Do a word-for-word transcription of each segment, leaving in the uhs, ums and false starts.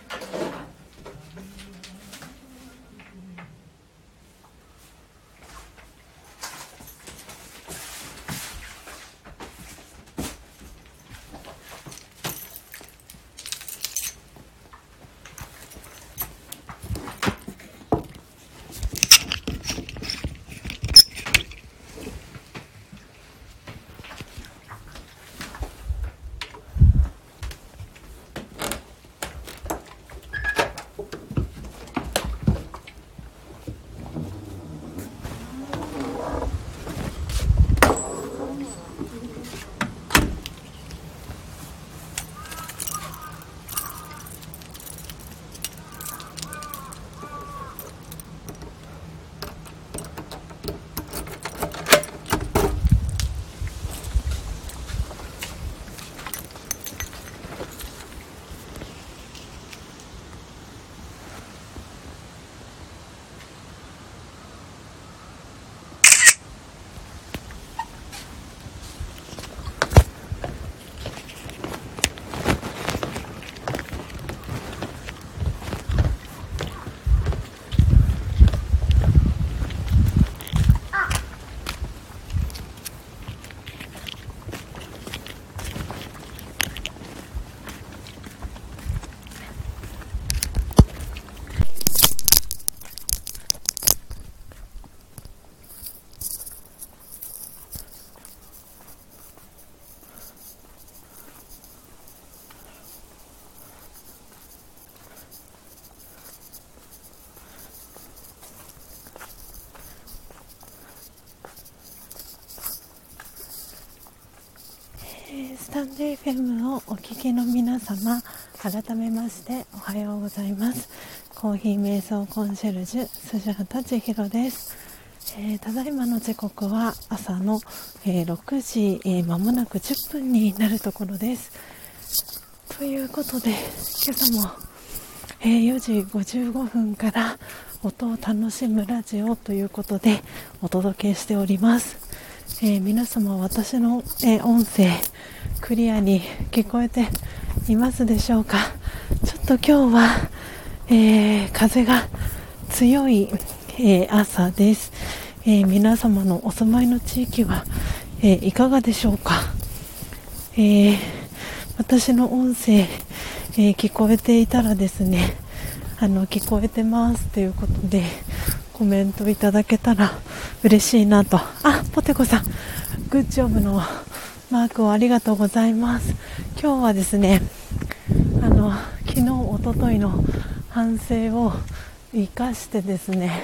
スタンド エフエム をお聞きの皆様、改めましておはようございます。コーヒー瞑想コンシェルジュ辻畑千尋です。えー、ただいまの時刻は朝の、えー、ろくじ、えー、間もなくじゅっぷんになるところです。ということで、今朝も、えー、よじごじゅうごふんから音を楽しむラジオということでお届けしております。えー、皆様、私の、えー、音声クリアに聞こえていますでしょうか。ちょっと今日は、えー、風が強い、えー、朝です。えー、皆様のお住まいの地域は、えー、いかがでしょうか。えー、私の音声、えー、聞こえていたらですね、あの聞こえてますということでコメントいただけたら嬉しいなと。あ、ポテコさん、グッジョブのマークをありがとうございます。今日はですね、あの昨日おとといの反省を生かしてですね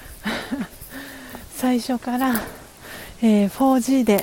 最初から、えー、フォージー で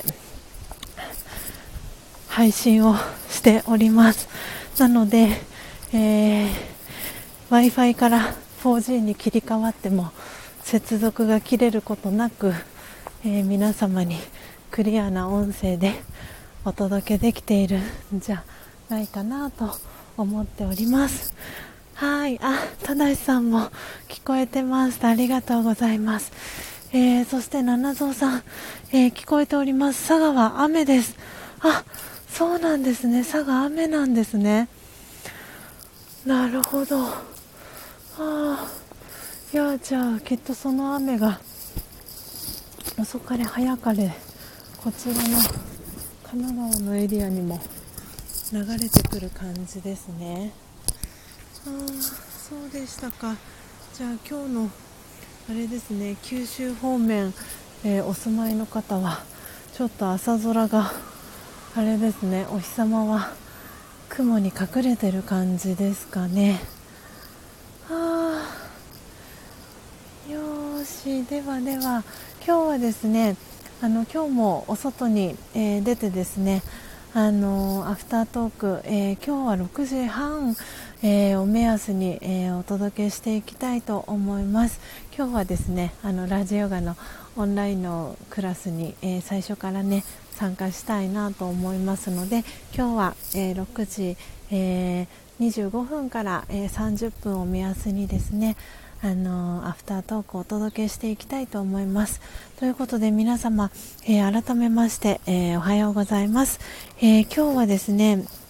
配信をしております。なので、えー、Wi-Fi から フォージー に切り替わっても接続が切れることなく、えー、皆様にクリアな音声でお届けできているんじゃないかなと思っております。はい、あ、ただしさんも聞こえてます。ありがとうございます。えー、そして七蔵さん、えー、聞こえております。佐賀は雨です。あ、そうなんですね。佐賀雨なんですね。なるほど。ああ、いや、じゃあきっとその雨が遅かれ早かれこちらの神奈川のエリアにも流れてくる感じですね。ああ、そうでしたか。じゃあ今日のあれですね、九州方面、えー、お住まいの方はちょっと朝空があれですね、お日様は雲に隠れてる感じですかね。あー、よーし、ではでは今日はですね、あの今日もお外に、えー、出てですね、あのー、アフタートーク、えー、今日はろくじはん、えー、を目安に、えー、お届けしていきたいと思います。今日はですね、あのラジオガのオンラインのクラスに、えー、最初からね参加したいなと思いますので、今日は、えー、ろくじ、えー、にじゅうごふんから、えー、さんじゅっぷんを目安にですね、あのアフタートークをお届けしていきたいと思います。ということで皆様、えー、改めまして、えー、おはようございます。えー、今日はですね、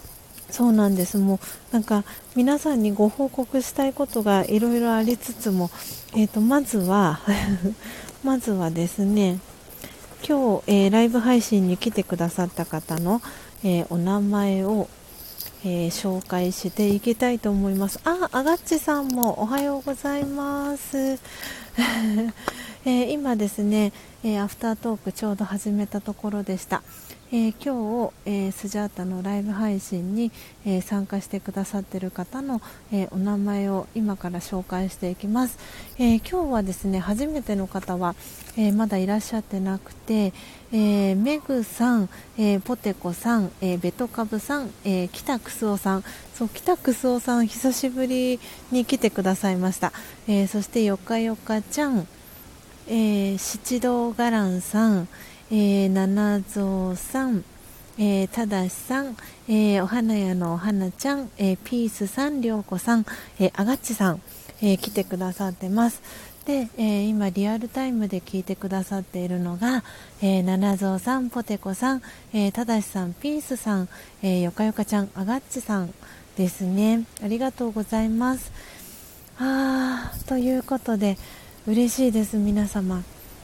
そうなんです。もうなんか皆さんにご報告したいことがいろいろありつつも、えーと、まずはまずはですね、今日、えーライブ配信に来てくださった方の、えーお名前を、えー紹介していきたいと思います。あ、あがっちさんもおはようございます。えー今ですね、えーアフタートークちょうど始めたところでした。えー今日、えースジャータのライブ配信に、えー参加してくださっている方の、えーお名前を今から紹介していきます。えー今日はですね、初めての方は、えーまだいらっしゃってなくて、えーメグさん、えーポテコさん、えーベトカブさん、えー北クスオさん、そう北クスオさん久しぶりに来てくださいました。えーそしてよかよかちゃん、えー七道伽藍さん、えー七蔵さん、えー、ただしさん、えーお花屋のお花ちゃん、えーピースさん、りょうこさん、えーあがっちさん、えー来てくださってます。で、えー今リアルタイムで聞いてくださっているのが、えー、七蔵さん、ポテコさん、えーただしさん、ピースさん、えーよかよかちゃん、あがっちさんですね。ありがとうございます。あー、ということで嬉しいです、皆様。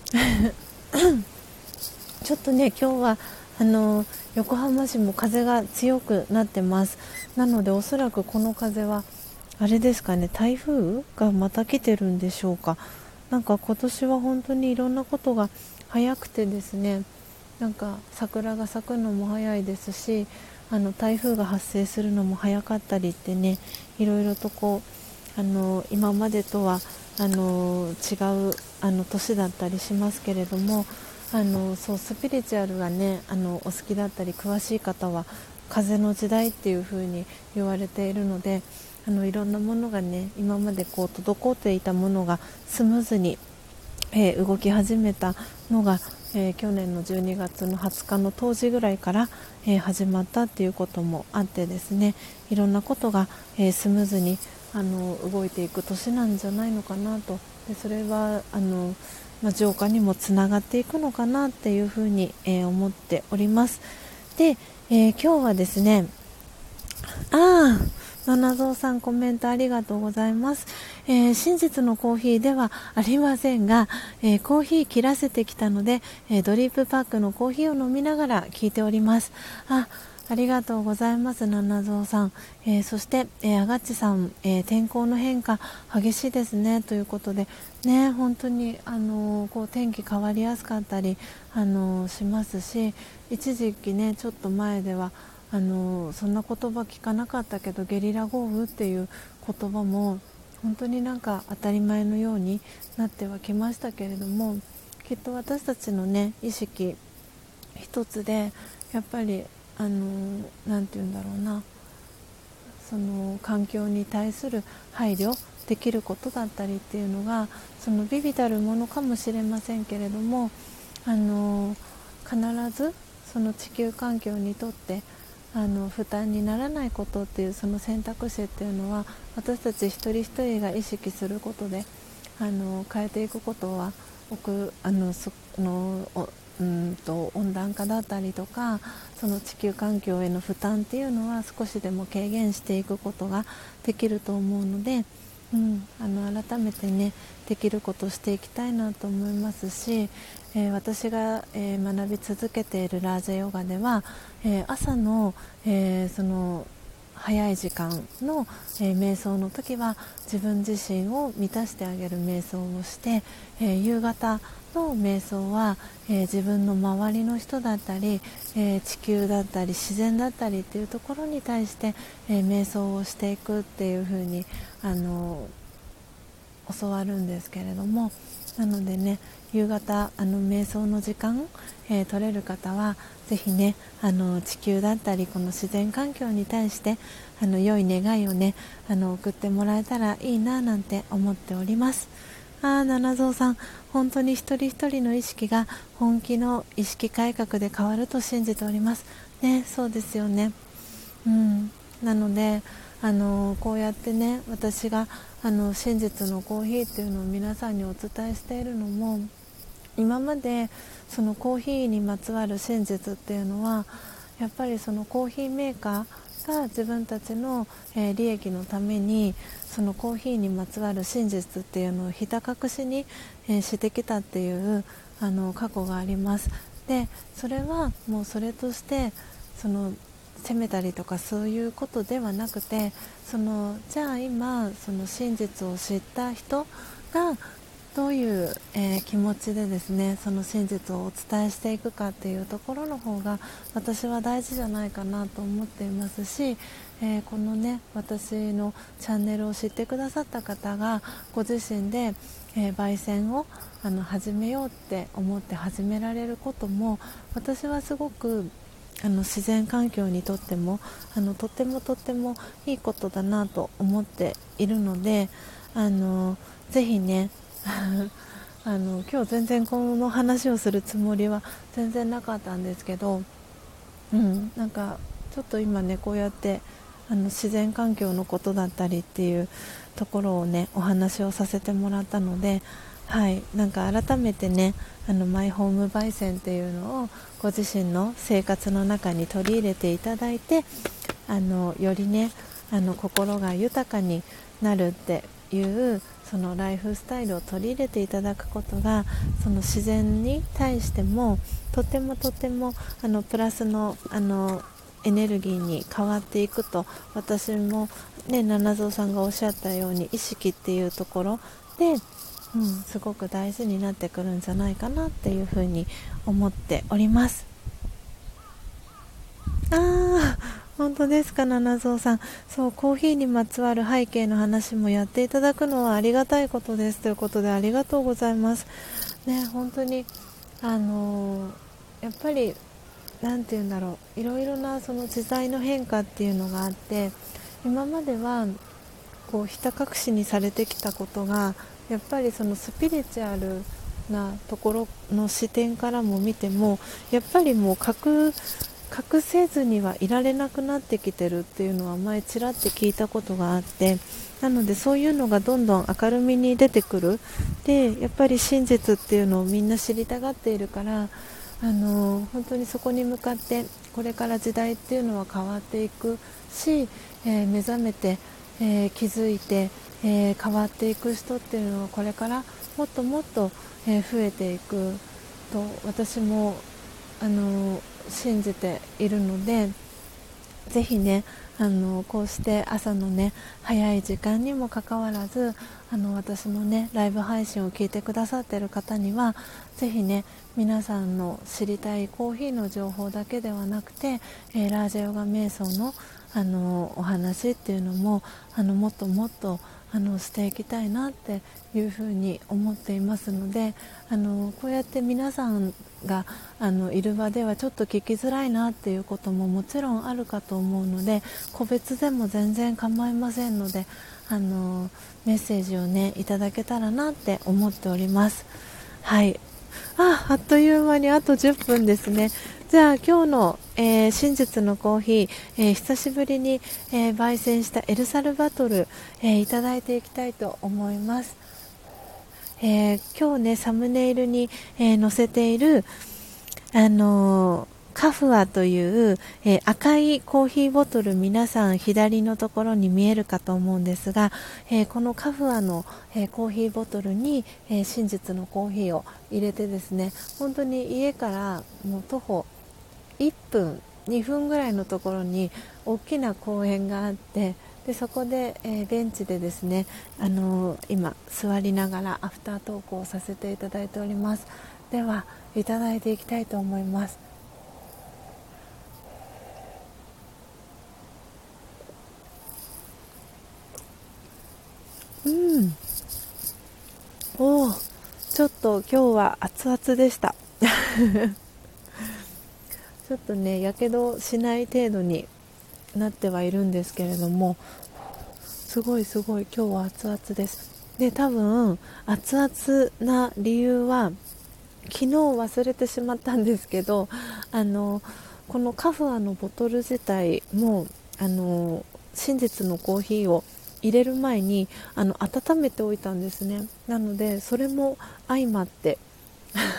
ちょっとね、今日はあの横浜市も風が強くなってます。なのでおそらくこの風はあれですかね、台風がまた来てるんでしょうか。なんか今年は本当にいろんなことが早くてですね、なんか桜が咲くのも早いですし、あの台風が発生するのも早かったりってね、いろいろとこうあの今までとはあの違うあの年だったりしますけれども、あのそうスピリチュアルがね、あのお好きだったり詳しい方は風の時代っていう風に言われているので、あのいろんなものがね、今までこう滞っていたものがスムーズに、えー動き始めたのが、えー去年のじゅうにがつのはつかの冬至ぐらいから、えー始まったっていうこともあってですね、いろんなことが、えースムーズにあの動いていく年なんじゃないのかなと。でそれはあの、まあ、浄化にもつながっていくのかなっていうふうに、えー思っております。で、えー今日はですね、ああ、七蔵さんコメントありがとうございます。えー真実のコーヒーではありませんが、えーコーヒー切らせてきたので、えードリップパックのコーヒーを飲みながら聞いております。あ、ありがとうございます、七蔵さん。えーそして、えー、あがっちさん、えー天候の変化激しいですねということで、ね、本当に、あのーこう天気変わりやすかったり、あのーしますし、一時期ね、ちょっと前ではあのそんな言葉聞かなかったけど、ゲリラ豪雨っていう言葉も本当になんか当たり前のようになってはきましたけれども、きっと私たちのね意識一つでやっぱりあのなんて言うんだろうな、その環境に対する配慮できることだったりっていうのが、その微々たるものかもしれませんけれども、あの必ずその地球環境にとってあの負担にならないことっていう、その選択肢っていうのは私たち一人一人が意識することであの変えていくことは奥あのそのおうんと温暖化だったりとか、その地球環境への負担っていうのは少しでも軽減していくことができると思うので、うん、あの改めてねできることをしていきたいなと思いますし、えー私が、えー学び続けているラージャヨガでは、えー朝の、えーその早い時間の、えー瞑想の時は自分自身を満たしてあげる瞑想をして、えー夕方の瞑想は、えー自分の周りの人だったり、えー地球だったり自然だったりっていうところに対して、えー瞑想をしていくっていう風にあの教わるんですけれども、なのでね、夕方あの瞑想の時間、えー取れる方はぜひね、あの地球だったりこの自然環境に対してあの良い願いをね、あの送ってもらえたらいいななんて思っております。あー、七蔵さん、本当に一人一人の意識が本気の意識改革で変わると信じておりますね。そうですよね。うん、なのであのこうやってね、私があの真実のコーヒーっていうのを皆さんにお伝えしているのも、今までそのコーヒーにまつわる真実っていうのはやっぱりそのコーヒーメーカーが自分たちの、えー利益のためにそのコーヒーにまつわる真実っていうのをひた隠しに、えーしてきたっていうあの過去があります。でそれはもうそれとしてその責めたりとかそういうことではなくて、そのじゃあ今その真実を知った人がどういう、えー気持ちでですねその真実をお伝えしていくかっていうところの方が私は大事じゃないかなと思っていますし、えーこのね私のチャンネルを知ってくださった方がご自身で、えー焙煎をあの始めようって思って始められることも私はすごくあの自然環境にとってもあのとってもとってもいいことだなと思っているので、あのぜひねあの今日全然この話をするつもりは全然なかったんですけど、うん、なんかちょっと今ねこうやってあの自然環境のことだったりっていうところをねお話をさせてもらったので、はい、なんか改めてねあのマイホーム焙煎っていうのをご自身の生活の中に取り入れていただいて、あのよりねあの心が豊かになるっていうそのライフスタイルを取り入れていただくことがその自然に対してもとてもとてもあのプラスのあのエネルギーに変わっていくと、私もね七蔵さんがおっしゃったように意識っていうところで、うん、すごく大事になってくるんじゃないかなっていうふうに思っております。あー本当ですか、七蔵さん。そう、コーヒーにまつわる背景の話もやっていただくのはありがたいことですということで、ありがとうございますね。本当にあのーやっぱりなんて言うんだろう、いろいろなその時代の変化っていうのがあって、今まではこうひた隠しにされてきたことがやっぱりそのスピリチュアルなところの視点からも見てもやっぱりもう隠隠せずにはいられなくなってきてるっていうのは前ちらって聞いたことがあって、なのでそういうのがどんどん明るみに出てくる。でやっぱり真実っていうのをみんな知りたがっているから、あの本当にそこに向かってこれから時代っていうのは変わっていくし、えー目覚めて、えー気づいて、えー変わっていく人っていうのはこれからもっともっと、えー増えていくと私もあの信じているので、ぜひねあのこうして朝のね早い時間にもかかわらずあの私のねライブ配信を聞いてくださっている方にはぜひね皆さんの知りたいコーヒーの情報だけではなくて、えーラージャヨガ瞑想のあのお話っていうのもあのもっともっとあのしていきたいなっていうふうに思っていますので、あのこうやって皆さんがあのいる場ではちょっと聞きづらいなっていうことももちろんあるかと思うので、個別でも全然構いませんので、あのメッセージをねいただけたらなって思っております。はい、ああっという間にあとじゅっぷんですね。じゃあ今日の、えー真実のコーヒー、えー久しぶりに、えー焙煎したエルサルバトル、えーいただいていきたいと思います。えー今日ねサムネイルに、えー載せているあのーカフアという、えー赤いコーヒーボトル、皆さん左のところに見えるかと思うんですが、えーこのカフアの、えーコーヒーボトルに、えー真実のコーヒーを入れてですね、本当に家からもう徒歩いっぷんにふんぐらいのところに大きな公園があって、でそこで、えーベンチでですね、あのー今座りながらアフタートークをさせていただいております。ではいただいていきたいと思います。うん、おお、ちょっと今日は熱々でしたちょっとねやけどしない程度になってはいるんですけれども、すごいすごい今日は熱々です。で多分熱々な理由は昨日忘れてしまったんですけど、あのこのカフアのボトル自体もあの真実のコーヒーを入れる前にあの温めておいたんですね。なのでそれも相まって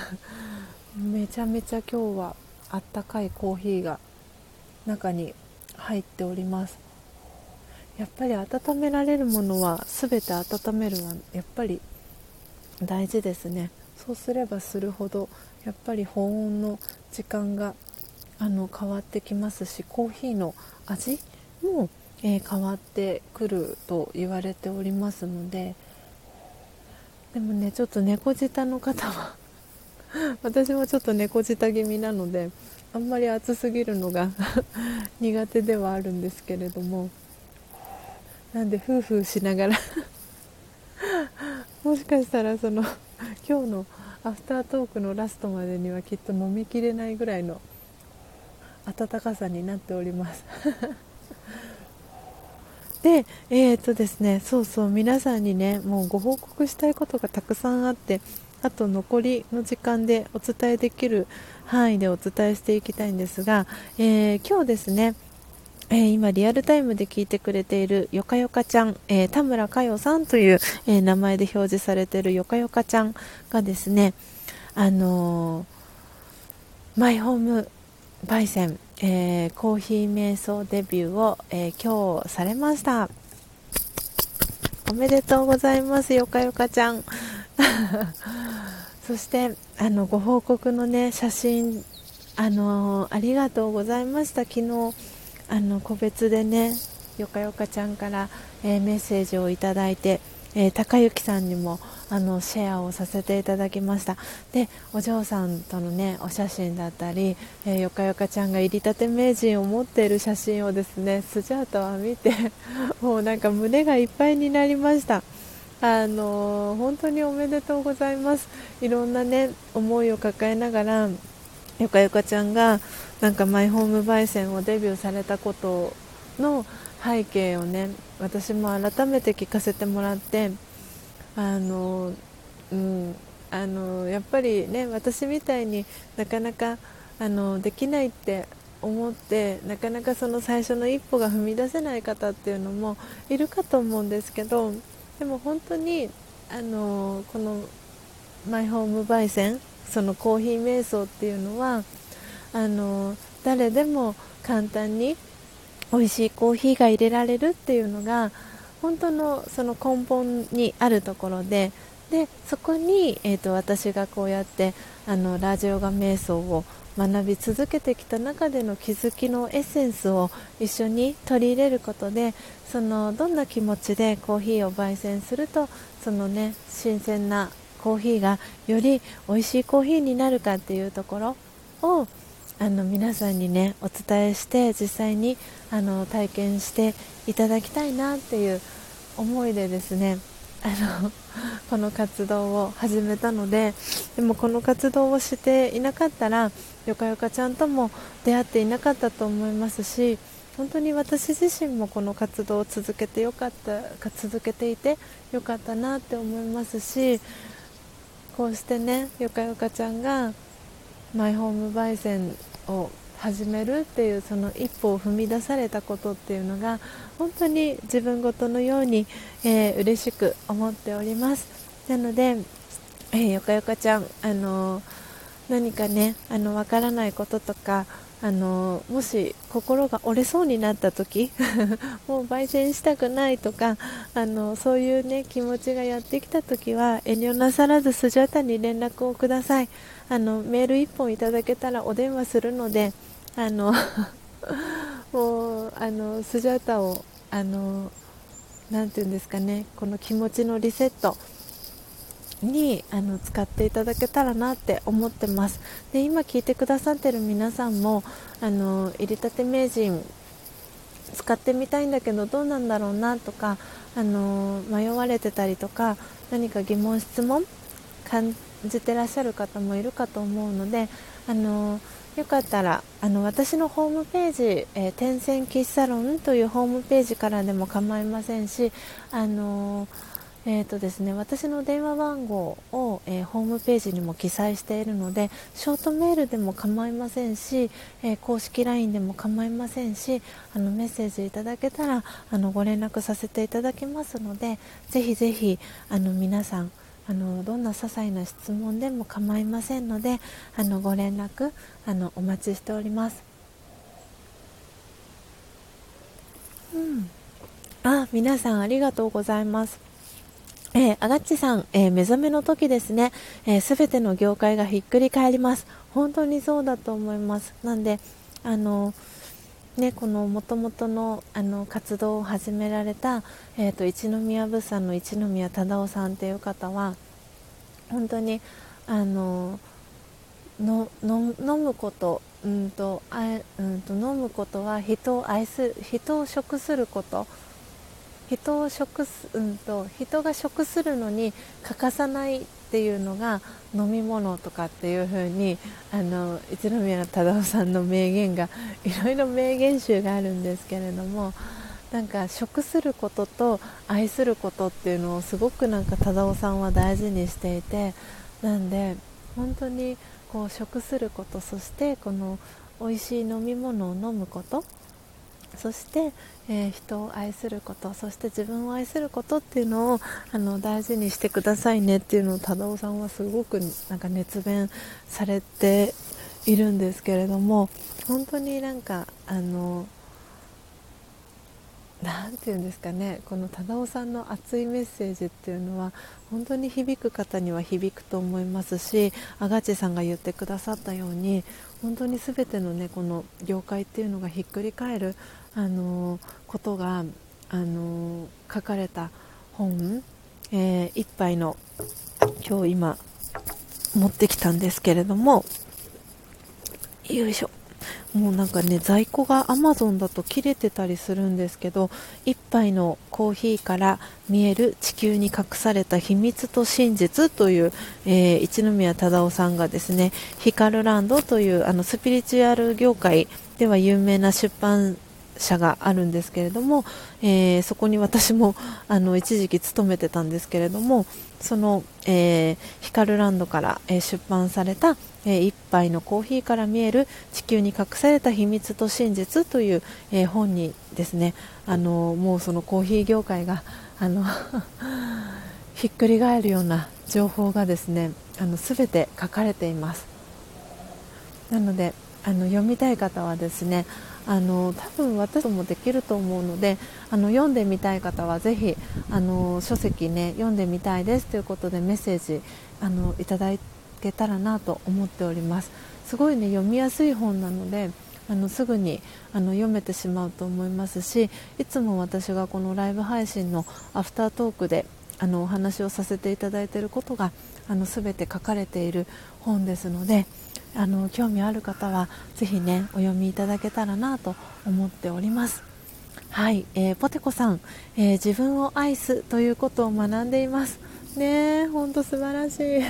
めちゃめちゃ今日はあったかいコーヒーが中に入っております。やっぱり温められるものは全て温めるはやっぱり大事ですね。そうすればするほどやっぱり保温の時間があの変わってきますし、コーヒーの味も、えー変わってくると言われておりますので。でもね、ちょっと猫舌の方は私もちょっと猫舌気味なので、あんまり暑すぎるのが苦手ではあるんですけれども、なんでフーフーしながらもしかしたらその今日のアフタートークのラストまでにはきっと飲みきれないぐらいの暖かさになっておりますで、えーとですね、そうそう、皆さんにね、もうご報告したいことがたくさんあって、あと残りの時間でお伝えできる範囲でお伝えしていきたいんですが、えー今日ですね、えー今リアルタイムで聞いてくれているよかよかちゃん、えー田村佳代さんという、えー名前で表示されているよかよかちゃんがですね、あのーマイホーム焙煎、えーコーヒー瞑想デビューを、えー今日されました。おめでとうございます、よかよかちゃんそしてあのご報告のね写真、あのーありがとうございました。昨日あの個別でね、よかよかちゃんから、えーメッセージをいただいて、えー、高幸さんにもあのシェアをさせていただきました。で、お嬢さんとのねお写真だったり、えー、よかよかちゃんが入りたて名人を持っている写真をですね、スジャータは見てもうなんか胸がいっぱいになりました。あのー本当におめでとうございます。いろんなね思いを抱えながらよかよかちゃんがなんかマイホーム焙煎をデビューされたことの背景をね、私も改めて聞かせてもらって、あの、うん、あのやっぱりね、私みたいになかなかあのできないって思ってなかなかその最初の一歩が踏み出せない方っていうのもいるかと思うんですけど、でも本当にあのこのマイホーム焙煎、そのコーヒー瞑想っていうのはあの誰でも簡単に美味しいコーヒーが入れられるっていうのが本当のその根本にあるところで、でそこに、えー、と私がこうやってあのラージオガ瞑想を学び続けてきた中での気づきのエッセンスを一緒に取り入れることで、そのどんな気持ちでコーヒーを焙煎するとそのね新鮮なコーヒーがより美味しいコーヒーになるかっていうところをあの皆さんにねお伝えして、実際にあの体験していただきたいなっていう思いでですね、あのこの活動を始めたので、でもこの活動をしていなかったらよかよかちゃんとも出会っていなかったと思いますし、本当に私自身もこの活動を続けてよかったか続けていてよかったなって思いますし、こうしてねよかよかちゃんがマイホーム焙煎を始めるっていうその一歩を踏み出されたことっていうのが本当に自分ごとのように、えー、嬉しく思っております。なので、えー、よかよかちゃん、あのー何かねあのわからないこととか、あのもし心が折れそうになった時もう焙煎したくないとか、あのそういうね気持ちがやってきた時は遠慮なさらずスジャータに連絡をください。あのメールいっぽんいただけたらお電話するので、あのもうあのスジャータをあのなんていうんですかね、この気持ちのリセットにあの使っていただけたらなって思ってます。で、今聞いてくださってる皆さんもあの入りたて名人使ってみたいんだけどどうなんだろうなとか、あの迷われてたりとか、何か疑問質問感じてらっしゃる方もいるかと思うので、あのよかったらあの私のホームページ、えー、天線喫茶論というホームページからでも構いませんし、あのえーとですね、私の電話番号を、えーホームページにも記載しているので、ショートメールでも構いませんし、えー公式 ライン でも構いませんし、あのメッセージいただけたらあのご連絡させていただきますので、ぜひぜひあの皆さんあのどんな些細な質問でも構いませんので、あのご連絡あのお待ちしております。 うん、あ、皆さんありがとうございます。えー、アガッチさん、えー、目覚めの時ですね、すべての業界がひっくり返ります。本当にそうだと思います。なんであのね、この元々のあの活動を始められた、えー、と一宮物産の一宮忠夫さんっていう方は本当にあののの飲むこと、うんとあえうんと飲むことは人を愛す人を食すること、人を食す、うんと人が食するのに欠かさないっていうのが飲み物とかっていう風に、あの一宮忠夫さんの名言がいろいろ名言集があるんですけれども、なんか食することと愛することっていうのをすごくなんか忠夫さんは大事にしていて、なんで本当にこう食すること、そしてこの美味しい飲み物を飲むこと、そして、えー、人を愛すること、そして自分を愛することっていうのをあの大事にしてくださいねっていうのを忠夫さんはすごくなんか熱弁されているんですけれども、本当になんかあのなんていうんですかね、この忠夫さんの熱いメッセージっていうのは本当に響く方には響くと思いますし、アガチさんが言ってくださったように本当に全てのねこの業界っていうのがひっくり返るあのことがあの書かれた本、えー、一杯の今日今持ってきたんですけれども、よいしょ、もうなんかね在庫がアマゾンだと切れてたりするんですけど、一杯のコーヒーから見える地球に隠された秘密と真実という、えー、一宮忠夫さんがですね、ヒカルランドというあのスピリチュアル業界では有名な出版社があるんですけれども、えー、そこに私もあの一時期勤めてたんですけれども、その、えー、ヒカルランドから、えー、出版された、えー、一杯のコーヒーから見える地球に隠された秘密と真実という、えー、本にですね、あのもうそのコーヒー業界があのひっくり返るような情報がですね、あの全て書かれています。なのであの読みたい方はですね、あの多分私もできると思うので、あの読んでみたい方はぜひあの書籍ね読んでみたいですということでメッセージあのいただけたらなと思っております。すごいね読みやすい本なので、あのすぐにあの読めてしまうと思いますし、いつも私がこのライブ配信のアフタートークであのお話をさせていただいていることがあの全て書かれている本ですので、あの興味ある方はぜひねお読みいただけたらなと思っております。はい、えー、ポテコさん、えー、自分を愛すということを学んでいますね。本当素晴らしい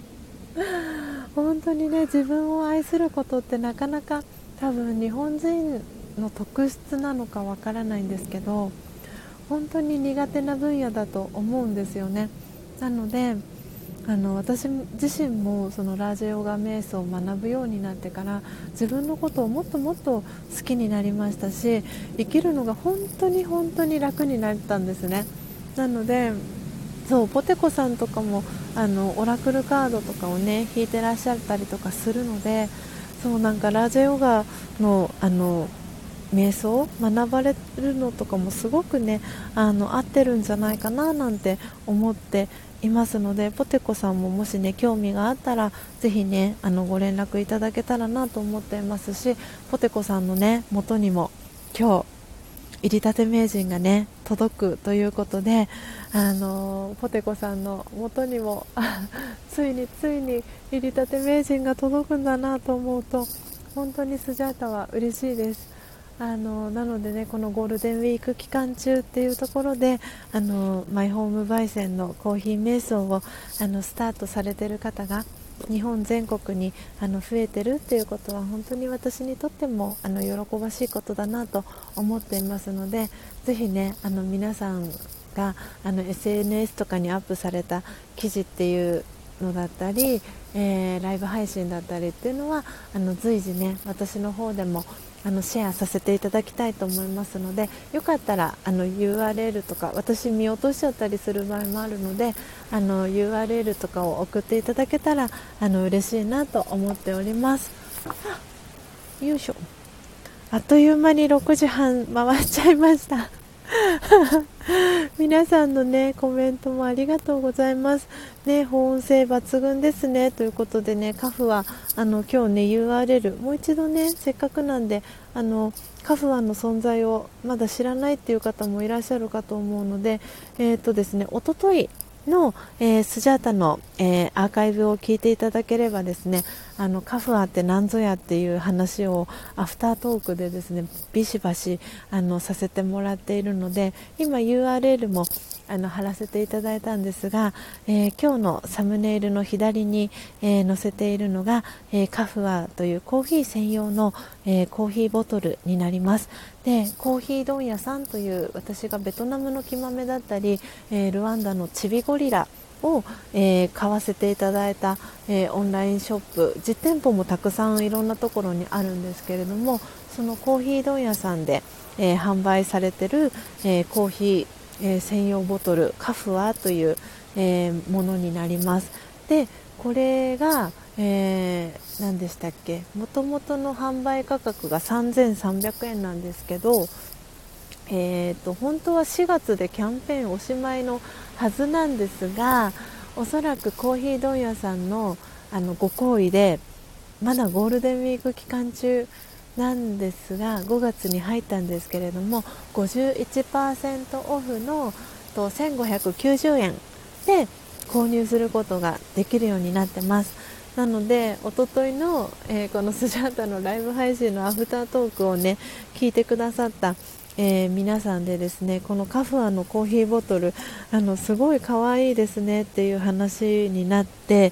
本当にね自分を愛することってなかなか多分日本人の特質なのかわからないんですけど、本当に苦手な分野だと思うんですよね。なのであの私自身もそのラージヨガ瞑想を学ぶようになってから自分のことをもっともっと好きになりましたし、生きるのが本当に本当に楽になったんですね。なのでそうポテコさんとかもあのオラクルカードとかをね引いてらっしゃったりとかするので、そうなんかラージヨガのあの瞑想を学ばれるのとかもすごくねあの合ってるんじゃないかななんて思っていますので、ポテコさんももしね興味があったらぜひねあのご連絡いただけたらなと思っていますし、ポテコさんのね元にも今日入りたて名人がね届くということで、あのポテコさんの元にもついについに入りたて名人が届くんだなと思うと本当にスジャータは嬉しいです。あのなのでねこのゴールデンウィーク期間中っていうところであのマイホーム焙煎のコーヒー瞑想をあのスタートされている方が日本全国にあの増えてるっていうことは本当に私にとってもあの喜ばしいことだなと思っていますので、ぜひねあの皆さんがあの エスエヌエス とかにアップされた記事っていうのだったり、えー、ライブ配信だったりっていうのはあの随時ね私の方でもあのシェアさせていただきたいと思いますので、よかったらあの ユーアールエル とか私見落としちゃったりする場合もあるので、あの ユーアールエル とかを送っていただけたらあの嬉しいなと思っております。よいしょ。 あっという間にろくじはん回っちゃいました皆さんのねコメントもありがとうございますね。保温性抜群ですねということでね、カフはあの今日ね ユーアールエル もう一度ね、せっかくなんであのカフアの存在をまだ知らないっていう方もいらっしゃるかと思うので、えーとですね、おとといの、えー、スジャータの、えー、アーカイブを聞いていただければですね、あのカフアって何ぞやっていう話をアフタートークでですねビシバシあのさせてもらっているので、今 ユーアールエル もあの貼らせていただいたんですが、えー、今日のサムネイルの左に、えー、載せているのが、えー、カフアというコーヒー専用の、えー、コーヒーボトルになります。でコーヒー問屋さんという私がベトナムの木豆だったり、えー、ルワンダのチビゴリラを、えー、買わせていただいた、えー、オンラインショップ、実店舗もたくさんいろんなところにあるんですけれども、そのコーヒー問屋さんで、えー、販売されている、えー、コーヒー、えー、専用ボトルカフアという、えー、ものになります。でこれが、えー、何でしたっけ、もともとの販売価格がさんぜんさんびゃくえんなんですけど、えー、と本当はしがつでキャンペーンおしまいのはずなんですが、おそらくコーヒー問屋さんの、あのご厚意でまだゴールデンウィーク期間中なんですが、ごがつに入ったんですけれども ごじゅういちパーセント オフのとせんごひゃくきゅうじゅうえんで購入することができるようになってます。なのでおとといの、えー、このスジャータのライブ配信のアフタートークをね聞いてくださった、えー、皆さんでですね、このカフアのコーヒーボトルあのすごい可愛いですねっていう話になって、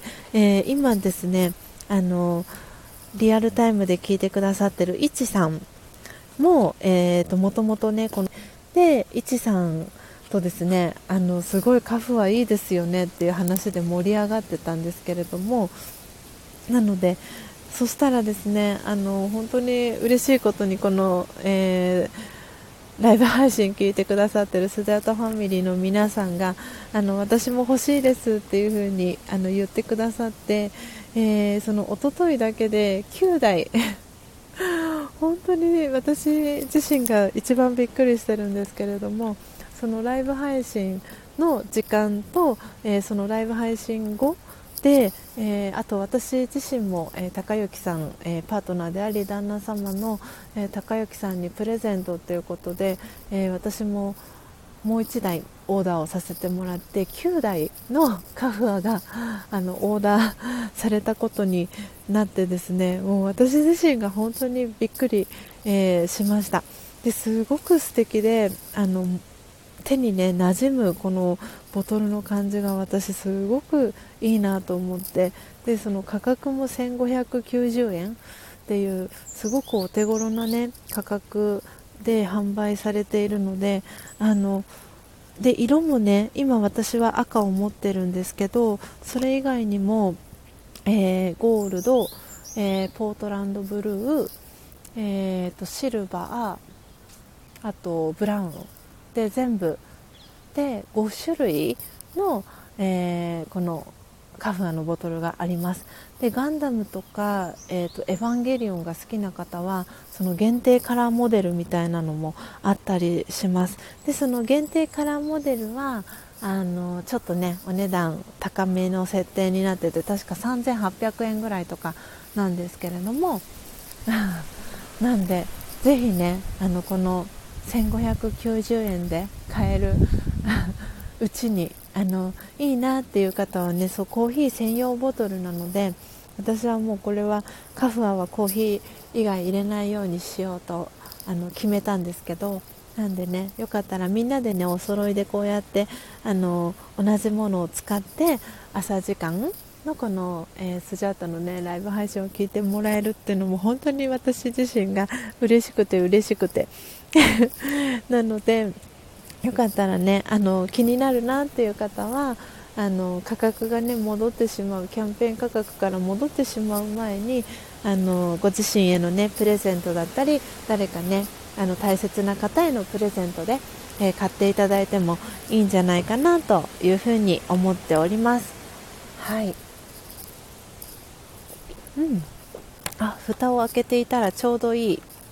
えー、今ですねあのリアルタイムで聞いてくださってるいちさんも、えー、ともともとねこのでいちさんとですね、あのすごいカフはいいですよねっていう話で盛り上がってたんですけれども、なのでそしたらですね、あの本当に嬉しいことにこの、えー、ライブ配信聞いてくださってるスジャータファミリーの皆さんがあの私も欲しいですっていう風にあの言ってくださって、えー、その一昨日だけできゅうだい本当に私自身が一番びっくりしてるんですけれども、そのライブ配信の時間と、えー、そのライブ配信後で、えー、あと私自身も、えー、高幸さん、えー、パートナーであり旦那様の、えー、高幸さんにプレゼントということで、えー、私ももういちだいオーダーをさせてもらってきゅうだいのカフアがあのオーダーされたことになってですね、もう私自身が本当にびっくり、えー、しました。ですごく素敵で、あの手にね馴染むこのボトルの感じが私すごくいいなと思って、でその価格もせんごひゃくきゅうじゅうえんっていうすごくお手頃なね価格で販売されているので、あので色もね今私は赤を持ってるんですけど、それ以外にも、えー、ゴールド、えー、ポートランドブルー、えー、とシルバー、あとブラウンで全部でごしゅるいの、えー、このカフアのボトルがあります。でガンダムとか、えーと、エヴァンゲリオンが好きな方はその限定カラーモデルみたいなのもあったりします。でその限定カラーモデルはあのちょっとねお値段高めの設定になってて、確かさんぜんはっぴゃくえんぐらいとかなんですけれどもなんでぜひねあのこのせんごひゃくきゅうじゅうえんで買えるうちにあのいいなっていう方はね、そうコーヒー専用ボトルなので、私はもうこれはカフアはコーヒー以外入れないようにしようとあの決めたんですけど、なんでねよかったらみんなでねお揃いでこうやってあの同じものを使って朝時間のこの、えー、スジャータのねライブ配信を聞いてもらえるっていうのも本当に私自身が嬉しくて嬉しくてなのでよかったらねあの気になるなっていう方はあの価格がね戻ってしまう、キャンペーン価格から戻ってしまう前にあのご自身へのねプレゼントだったり、誰かねあの大切な方へのプレゼントで、えー、買っていただいてもいいんじゃないかなというふうに思っております。はい、うん、あ、蓋を開けていたらちょうどいい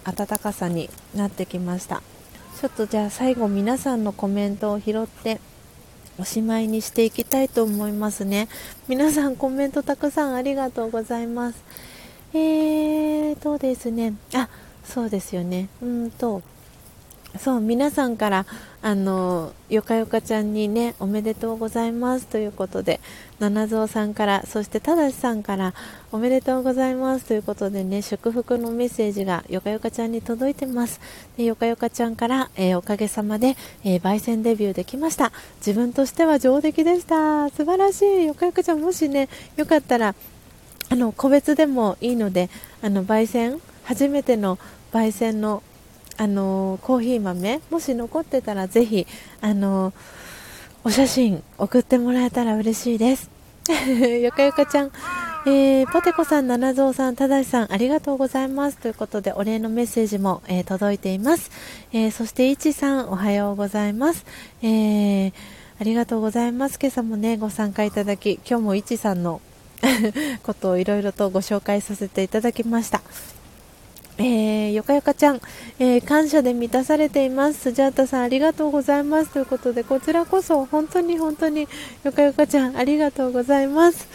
暖かさになってきました。ちょっとじゃあ最後皆さんのコメントを拾っておしまいにしていきたいと思いますね。皆さんコメントたくさんありがとうございます。えーとですね、あ、そうですよね。うんと、そう、皆さんからあのよかよかちゃんにね、おめでとうございますということで、七蔵さんから、そしてただしさんからおめでとうございますということでね、祝福のメッセージがよかよかちゃんに届いてます。でよかよかちゃんから、えーおかげさまで、えー焙煎デビューできました。自分としては上出来でした。素晴らしい。よかよかちゃん、もしねよかったらあの個別でもいいので、あの焙煎初めての焙煎のあのコーヒー豆もし残ってたらぜひあのお写真送ってもらえたら嬉しいです。よかよかちゃん、えー、ポテコさん、七蔵さん、ただしさんありがとうございますということで、お礼のメッセージも、えー、届いています。えー、そしていちさんおはようございます。えー、ありがとうございます。今朝もねご参加いただき、今日もいちさんのことをいろいろとご紹介させていただきました。えー、よかよかちゃん、えー、感謝で満たされています。スジャータさんありがとうございますということで、こちらこそ本当に本当によかよかちゃんありがとうございます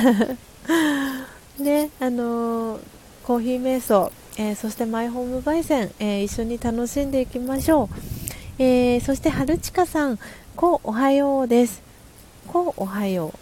ね、あのー、コーヒー瞑想、えー、そしてマイホーム焙煎、えー、一緒に楽しんでいきましょう。えー、そして春近さん、こうおはようです。こうおはよう、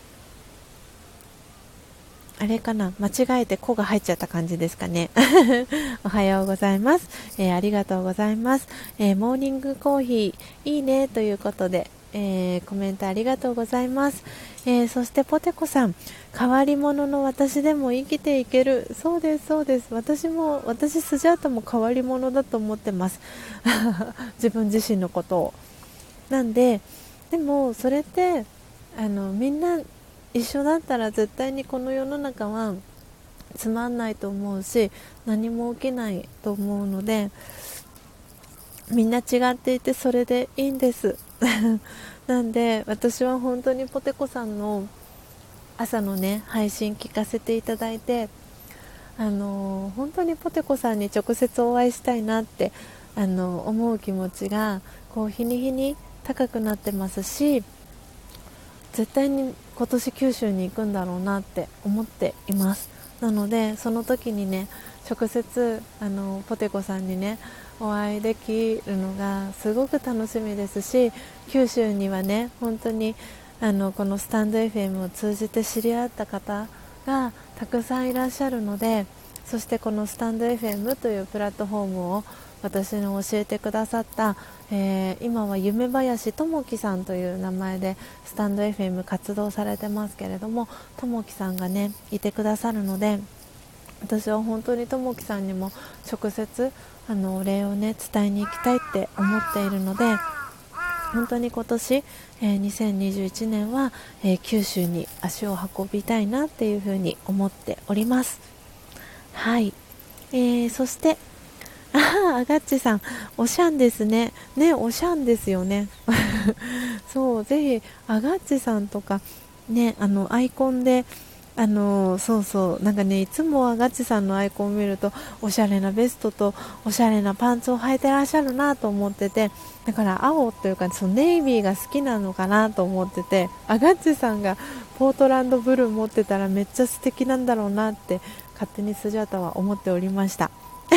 あれかな、間違えて子が入っちゃった感じですかねおはようございます、えー、ありがとうございます、えー、モーニングコーヒーいいねということで、えー、コメントありがとうございます、えー、そしてポテコさん、変わり者の私でも生きていける。そうですそうです、私も私スジャータも変わり者だと思ってます自分自身のことを。なんででもそれってあのみんな一緒だったら絶対にこの世の中はつまんないと思うし、何も起きないと思うので、みんな違っていてそれでいいんですなんで私は本当にポテコさんの朝のね配信聞かせていただいて、あの本当にポテコさんに直接お会いしたいなってあの思う気持ちがこう日に日に高くなってますし、絶対に今年九州に行くんだろうなって思っています。なのでその時にね直接あのポテコさんにねお会いできるのがすごく楽しみですし、九州にはね本当にあのこのスタンド エフエム を通じて知り合った方がたくさんいらっしゃるので、そしてこのスタンド エフエム というプラットフォームを私に教えてくださった、えー、今は夢林智樹さんという名前でスタンド エフエム 活動されてますけれども、智樹さんがねいてくださるので、私は本当に智樹さんにも直接あのお礼をね伝えに行きたいって思っているので、本当に今年、えー、にせんにじゅういちねんは、えー、九州に足を運びたいなっていうふうに思っております。はい、えー、そしてああ、アガッチさん、おしゃんですね。ね、おしゃんですよね。そう、ぜひ、アガッチさんとか、ね、あの、アイコンで、あの、そうそう、なんかね、いつもアガッチさんのアイコンを見ると、おしゃれなベストと、おしゃれなパンツを履いてらっしゃるなと思ってて、だから青というか、そのネイビーが好きなのかなと思ってて、アガッチさんがポートランドブルー持ってたらめっちゃ素敵なんだろうなって、勝手にスジャータは思っておりました。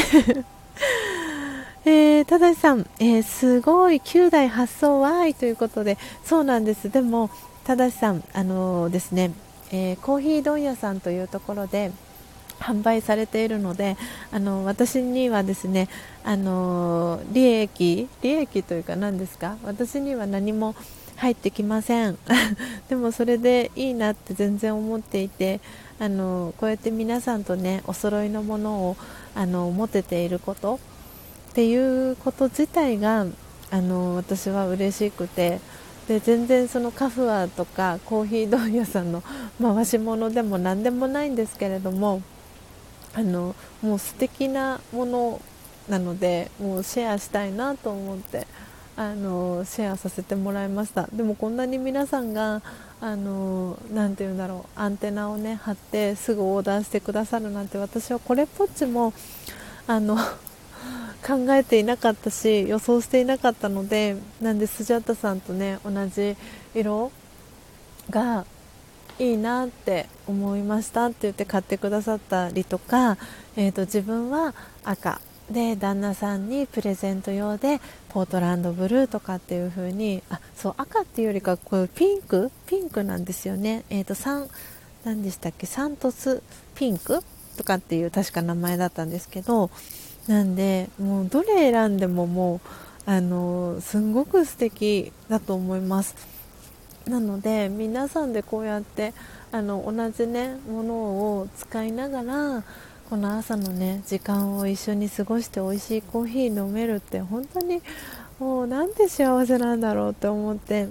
えー、ただしさん、えー、すごいきゅうだい発送わいということで、そうなんです。でもただしさん、あのー、ですね、えー、コーヒー問屋さんというところで販売されているので、あの私にはですね、あのー、利益利益というか何ですか、私には何も入ってきませんでもそれでいいなって全然思っていて、あのこうやって皆さんとねお揃いのものをあの持てていることっていうこと自体があの私は嬉しくて、で全然そのカフアとかコーヒー問屋さんの回し物でも何でもないんですけれども、あのもう素敵なものなので、もうシェアしたいなと思ってあのシェアさせてもらいました。でもこんなに皆さんがあのなんていうんだろう、アンテナをね張ってすぐオーダーしてくださるなんて、私はこれっぽっちもあの考えていなかったし予想していなかったので、なんでスジャータさんとね同じ色がいいなって思いましたって言って買ってくださったりとか、えーと、自分は赤で旦那さんにプレゼント用でポートランドブルーとかっていう風に、あ、そう赤っていうよりかこうピンクピンクなんですよね。えーとサン何でしたっけ、サントスピンクとかっていう確か名前だったんですけど、なんでもうどれ選んでももうあのすんごく素敵だと思います。なので皆さんでこうやってあの同じねものを使いながらこの朝のね時間を一緒に過ごして美味しいコーヒー飲めるって本当にもうなんて幸せなんだろうって思って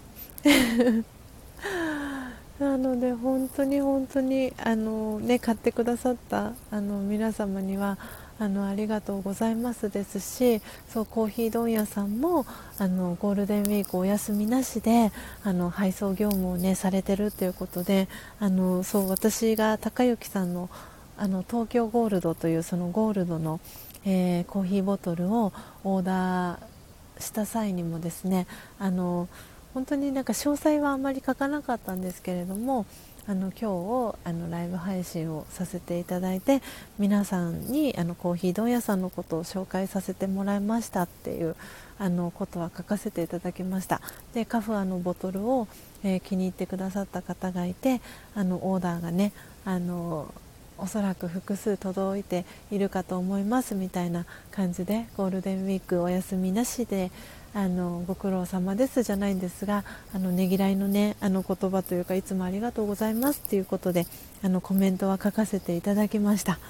なので本当に本当にあの、ね、買ってくださったあの皆様にはあのありがとうございますですし、そうコーヒー問屋さんもあのゴールデンウィークお休みなしであの配送業務を、ね、されてるということで、あのそう私が高幸さんのあの東京ゴールドというそのゴールドの、えー、コーヒーボトルをオーダーした際にもですね、あの本当になんか詳細はあまり書かなかったんですけれども、あの今日あのライブ配信をさせていただいて皆さんにあのコーヒー問屋さんのことを紹介させてもらいましたっていうあのことは書かせていただきました。でカフアのボトルを、えー、気に入ってくださった方がいて、あのオーダーがねあのおそらく複数届いているかと思いますみたいな感じで、ゴールデンウィークお休みなしであのご苦労様ですじゃないんですが、あのねぎらいのねあの言葉というか、いつもありがとうございますということであのコメントは書かせていただきました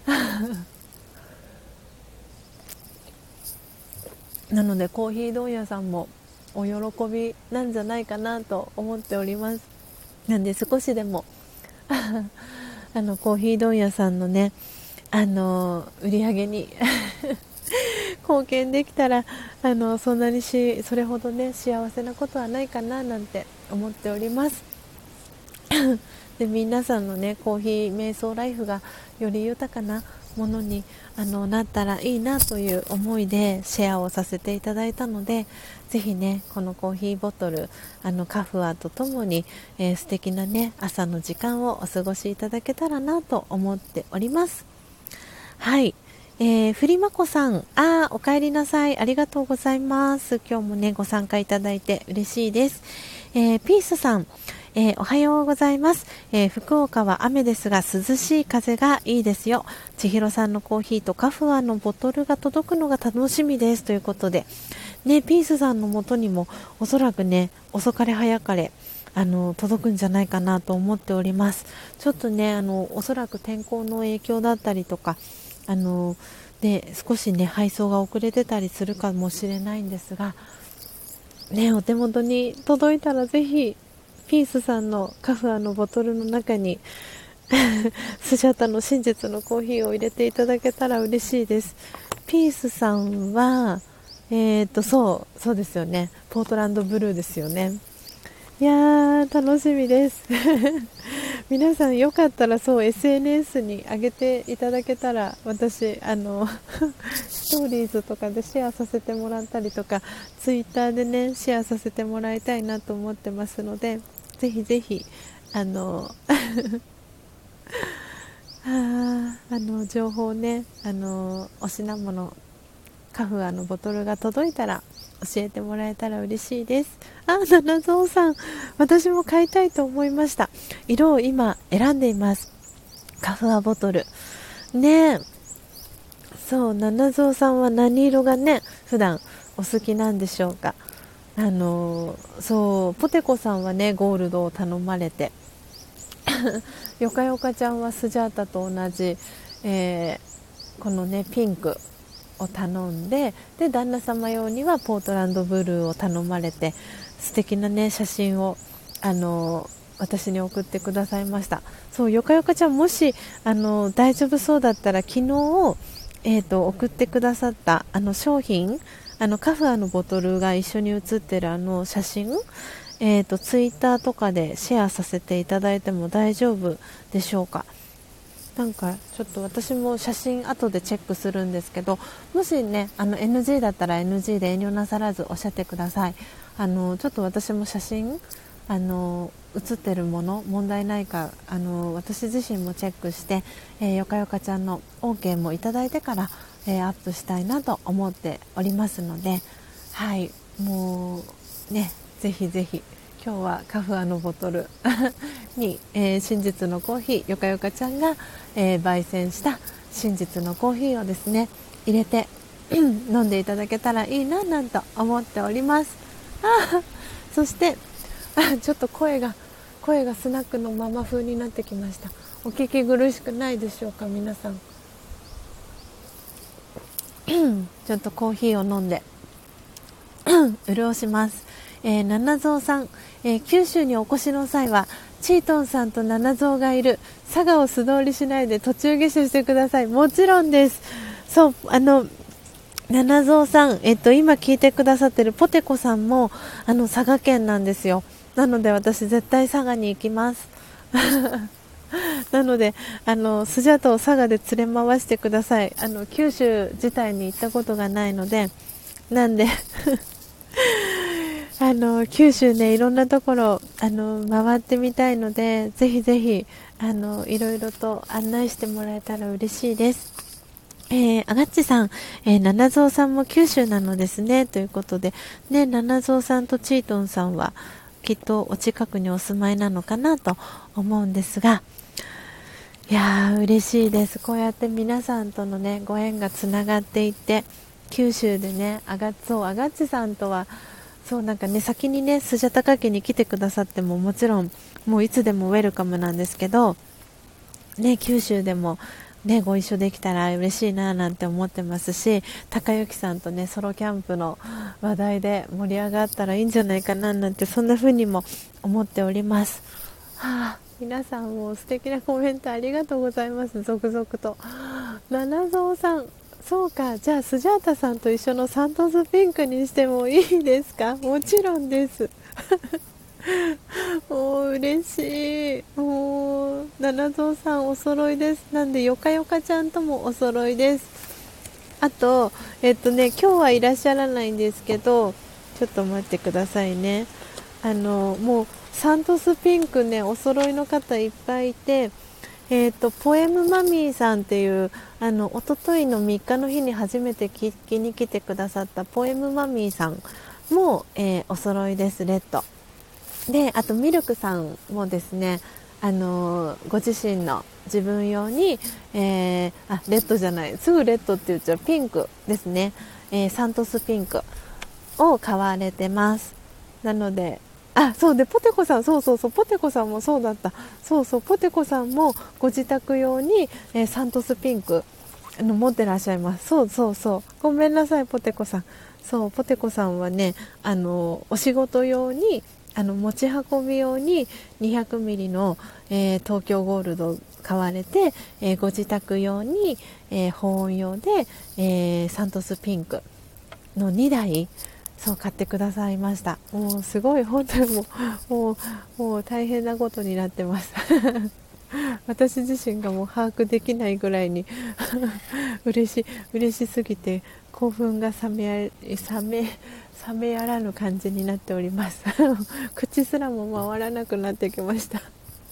なのでコーヒー問屋さんもお喜びなんじゃないかなと思っております。なんで少しでもあのコーヒー問屋さんのねあの売り上げに貢献できたらあのそんなにしそれほどね幸せなことはないかななんて思っておりますで皆さんのねコーヒー瞑想ライフがより豊かなものにあのなったらいいなという思いでシェアをさせていただいたので、ぜひねこのコーヒーボトルあのカフアとともに、えー、素敵なね朝の時間をお過ごしいただけたらなと思っております。はい、えー、ふりまこさん、あーお帰りなさい、ありがとうございます。今日もねご参加いただいて嬉しいです。えー、ピースさん、えー、おはようございます。えー、福岡は雨ですが涼しい風がいいですよ。千尋さんのコーヒーとカフアのボトルが届くのが楽しみですということでね、ピースさんの元にもおそらくね遅かれ早かれあの届くんじゃないかなと思っております。ちょっとねあのおそらく天候の影響だったりとかあので少しね配送が遅れてたりするかもしれないんですがね、お手元に届いたらぜひピースさんのカフアのボトルの中にスジャタの真実のコーヒーを入れていただけたら嬉しいです。ピースさんはえーとそうそうですよね、ポートランドブルーですよね。いやー楽しみです皆さんよかったらそう エスエヌエス に上げていただけたら、私あのストーリーズとかでシェアさせてもらったりとかツイッターでねシェアさせてもらいたいなと思ってますので、ぜひぜひあのああの情報ねあのお品物カフアのボトルが届いたら教えてもらえたら嬉しいです。あ、七蔵さん、私も買いたいと思いました。色を今選んでいます。カフアボトルねえ、そう七蔵さんは何色がね普段お好きなんでしょうか。あのそうポテコさんはねゴールドを頼まれてよかよかちゃんはスジャータと同じ、えー、このねピンクを頼んで、で旦那様用にはポートランドブルーを頼まれて素敵なね写真をあの私に送ってくださいました。そうよかよかちゃん、もしあの大丈夫そうだったら昨日、えー、と送ってくださったあの商品、あのカフアのボトルが一緒に写ってるあの写真、えー、とツイッターとかでシェアさせていただいても大丈夫でしょうか。 なんかちょっと私も写真後でチェックするんですけど、もしねあの エヌジー だったら エヌジー で遠慮なさらずおっしゃってください。あのちょっと私も写真あの写ってるもの問題ないかあの私自身もチェックして、えー、よかよかちゃんの オーケー もいただいてから、えー、アップしたいなと思っておりますので、はいもうねぜひぜひ今日はカフアのボトルに、えー、真実のコーヒーよかよかちゃんが、えー、焙煎した真実のコーヒーをですね入れて飲んでいただけたらいいななんと思っております。あそしてあちょっと声が声がスナックのママ風になってきました。お聞き苦しくないでしょうか皆さんちょっとコーヒーを飲んで潤します。えー、七蔵さん、えー、九州にお越しの際はチートンさんと七蔵がいる佐賀を素通りしないで途中下車してください。もちろんです。そうあの七蔵さん、えっと、今聞いてくださってるポテコさんもあの佐賀県なんですよ。なので私絶対佐賀に行きますなのであのスジャタを佐賀で連れ回してください。あの九州自体に行ったことがないのでなんであの九州ねいろんなところあの回ってみたいのでぜひぜひあのいろいろと案内してもらえたら嬉しいです。えー、あがっちさん、えー、七蔵さんも九州なのですねということでね、七蔵さんとチートンさんはきっとお近くにお住まいなのかなと思うんですが、いやー嬉しいです。こうやって皆さんとのねご縁がつながっていって九州でねあがっそうあがっちさんとはそうなんかね先にねスジャタカ家に来てくださってももちろんもういつでもウェルカムなんですけどね九州でもねご一緒できたら嬉しいななんて思ってますし、高幸さんとねソロキャンプの話題で盛り上がったらいいんじゃないかななんてそんな風にも思っております。はあ、皆さんも素敵なコメントありがとうございます。続々と七蔵さんそうか、じゃあスジャータさんと一緒のサントスピンクにしてもいいですか？もちろんですもう嬉しい。もう七蔵さんお揃いです。なんでよかよかちゃんともお揃いです。あとえっとね今日はいらっしゃらないんですけどちょっと待ってくださいね。あのもうサントスピンクねお揃いの方いっぱいいて、えーと、ポエムマミーさんっていうあの一昨日のみっかの日に初めて聞きに来てくださったポエムマミーさんも、えー、お揃いです。レッドで、あとミルクさんもですねあのー、ご自身の自分用に、えー、あレッドじゃないすぐレッドって言っちゃうピンクですね、えー、サントスピンクを買われてます。なのであそうでポテコさんそうそうそうポテコさんもそうだったそうそうポテコさんもご自宅用に、えー、サントスピンクあの持ってらっしゃいます。そうそうそうごめんなさいポテコさん。そうポテコさんはねあのお仕事用にあの持ち運び用ににひゃくミリの、えー、東京ゴールドを買われて、えー、ご自宅用に、えー、保温用で、えー、サントスピンクのにだいそう買ってくださいました。もうすごい本当にもうもうもう大変なことになってます私自身がもう把握できないぐらいに嬉し嬉しすぎて興奮が冷め冷め冷めやらぬ感じになっております口すらも回らなくなってきました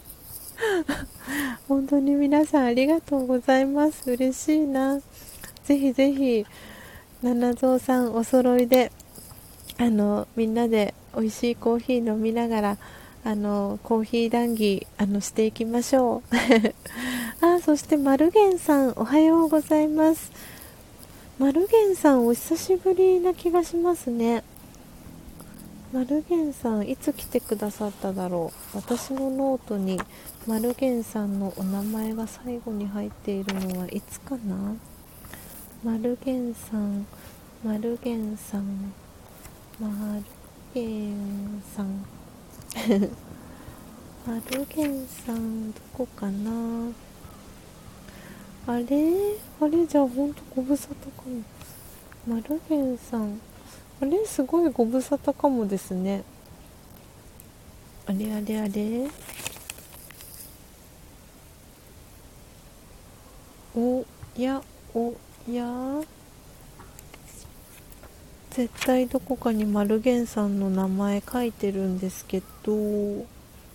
本当に皆さんありがとうございます。嬉しいな。ぜひぜひ七蔵さんお揃いであのみんなで美味しいコーヒー飲みながらあのコーヒー談義あのしていきましょうあそしてマルゲンさんおはようございます。マルゲンさんお久しぶりな気がしますね。マルゲンさんいつ来てくださっただろう。私のノートにマルゲンさんのお名前が最後に入っているのはいつかな。マルゲンさんマルゲンさんマルゲンさんマルゲンさんどこかな。あれあれじゃあほんとご無沙汰かも。マルゲンさんあれすごいご無沙汰かもですね。あれあれあれおやおや、絶対どこかにマルゲンさんの名前書いてるんですけど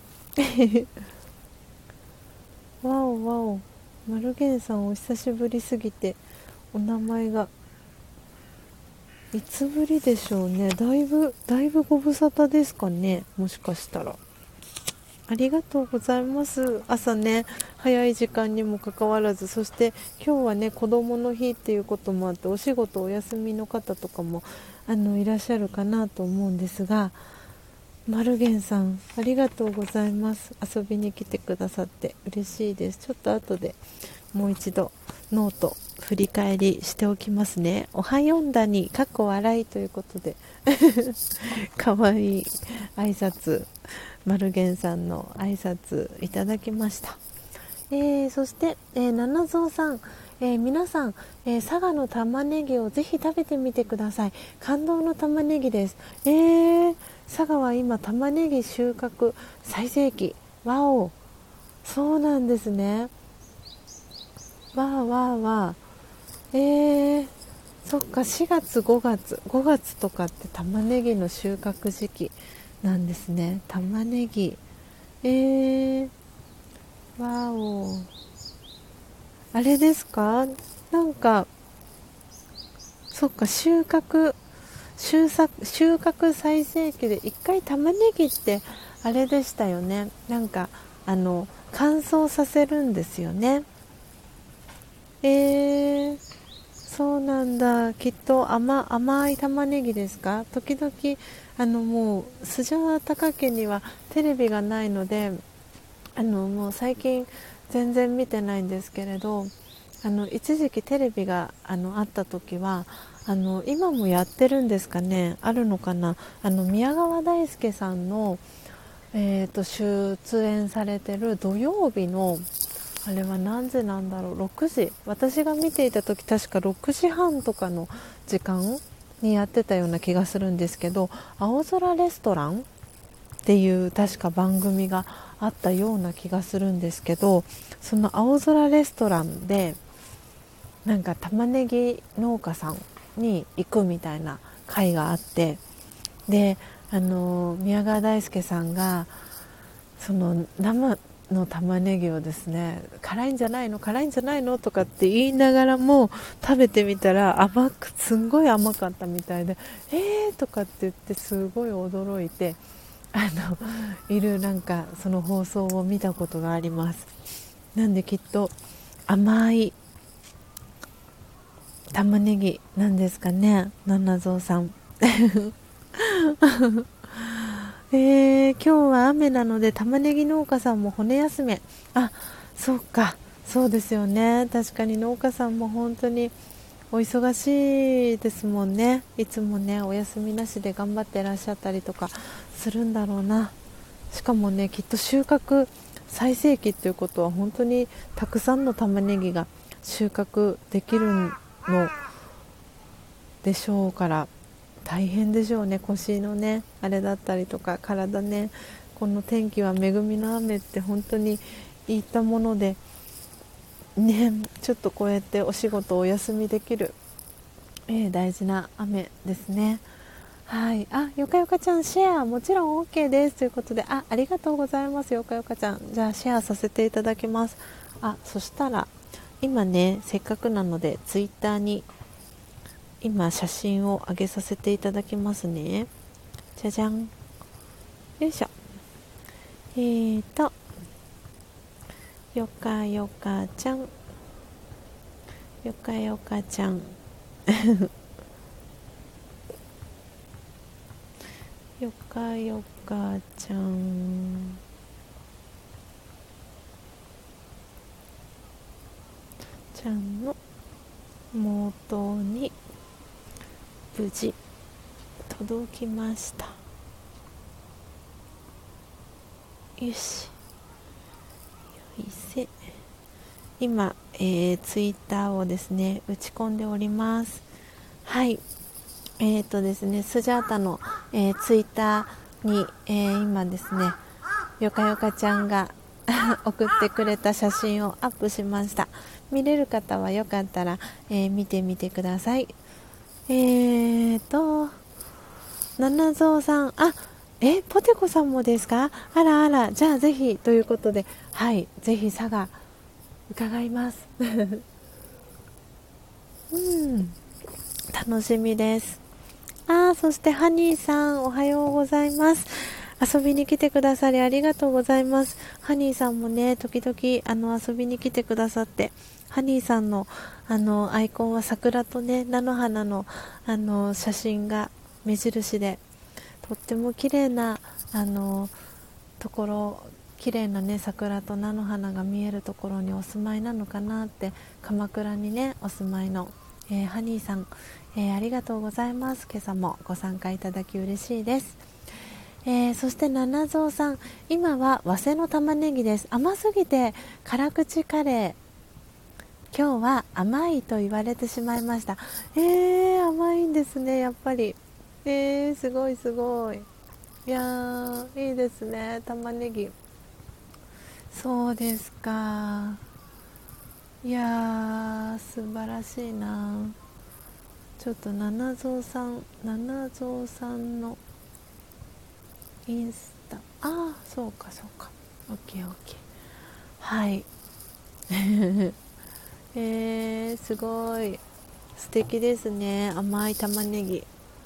わおわお、マルゲンさんお久しぶりすぎてお名前がいつぶりでしょうね。だいぶだいぶご無沙汰ですかね、もしかしたら。ありがとうございます。朝ね、早い時間にもかかわらず、そして今日はね、子供の日っていうこともあって、お仕事お休みの方とかもあのいらっしゃるかなと思うんですが、マルゲンさんありがとうございます。遊びに来てくださって嬉しいです。ちょっと後でもう一度ノート振り返りしておきますね。おはよんだにかっこ笑いということでかわいい挨拶、マルゲンさんの挨拶いただきました。えー、そして、えー、七蔵さん、えー、皆さん、えー、佐賀の玉ねぎをぜひ食べてみてください。感動の玉ねぎです。えー、佐賀は今玉ねぎ収穫最盛期。わお、そうなんですね。わーわーわー。えー、そっか、しがつごがつごがつとかって玉ねぎの収穫時期なんですね。玉ねぎ、えー、わお、あれですか、なんか、そっか、収穫収穫収穫最盛期で一回玉ねぎってあれでしたよね。なんかあの乾燥させるんですよね。えー、そうなんだ。きっと 甘, 甘い玉ねぎですか。時々あのもうスジャタカ家にはテレビがないので、あのもう最近全然見てないんですけれど、あの一時期テレビがあのあった時は、あの今もやってるんですかね、あるのかな、あの宮川大輔さんの、えー、と出演されてる土曜日のあれは何時なんだろう、ろくじ、私が見ていた時確かろくじはんとかの時間にやってたような気がするんですけど、青空レストランっていう確か番組があったような気がするんですけど、その青空レストランでなんか玉ねぎ農家さんに行くみたいな会があって、であの宮川大輔さんがその生の玉ねぎをですね、辛いんじゃないの辛いんじゃないのとかって言いながらも食べてみたら甘く、すんごい甘かったみたいで、えーとかって言ってすごい驚いて、あのいるなんかその放送を見たことがあります。なんできっと甘い玉ねぎなんですかね、七蔵さんえー、今日は雨なので玉ねぎ農家さんも骨休め。あ、そうか、そうですよね。確かに農家さんも本当にお忙しいですもんね。いつもね、お休みなしで頑張ってらっしゃったりとかするんだろうな。しかもね、きっと収穫最盛期っていうことは本当にたくさんの玉ねぎが収穫できるのでしょうから、大変でしょうね。腰のねあれだったりとか体ね、この天気は恵みの雨って本当に言ったものでね、ちょっとこうやってお仕事をお休みできる、えー、大事な雨ですね。はい、あ、よかよかちゃんシェアもちろん OK ですということで、あ、ありがとうございます。よかよかちゃん、じゃあシェアさせていただきます。あ、そしたら今ね、せっかくなのでツイッターに今写真を上げさせていただきますね。じゃじゃん、よいしょ。えーとよかよかちゃん、よかよかちゃんよかよかちゃん、ちゃんの元に無事届きました。よし、よいせ。今、えー、ツイッターをですね打ち込んでおります。はい、えーとですねスジャータの、えー、ツイッターに、えー、今ですねよかよかちゃんが送ってくれた写真をアップしました。見れる方はよかったら、えー、見てみてください。えーと七蔵さん、あ、えポテコさんもですか？あらあら、じゃあぜひということで、はい、ぜひ佐賀伺いますうん楽しみです。あー、そしてハニーさん、おはようございます。遊びに来てくださりありがとうございます。ハニーさんもね、時々あの遊びに来てくださって、ハニーさんのあのアイコンは桜とね、菜の花のあの写真が目印で、とっても綺麗なあのところ、綺麗なね桜と菜の花が見えるところにお住まいなのかなって、鎌倉にねお住まいの、えー、ハニーさん、えー、ありがとうございます。今朝もご参加いただき嬉しいです。えー、そして七蔵さん、今は早生の玉ねぎです。甘すぎて辛口カレー、今日は甘いと言われてしまいました。えー、甘いんですね、やっぱり。えー、すごいすごい。いやー、いいですね、玉ねぎ。そうですか。いやー、素晴らしいな。ちょっと七蔵さん七蔵さんのインスタ、ああ、そうかそうか、オッケーオッケー、はいえー、すごい素敵ですね、甘い玉ねぎ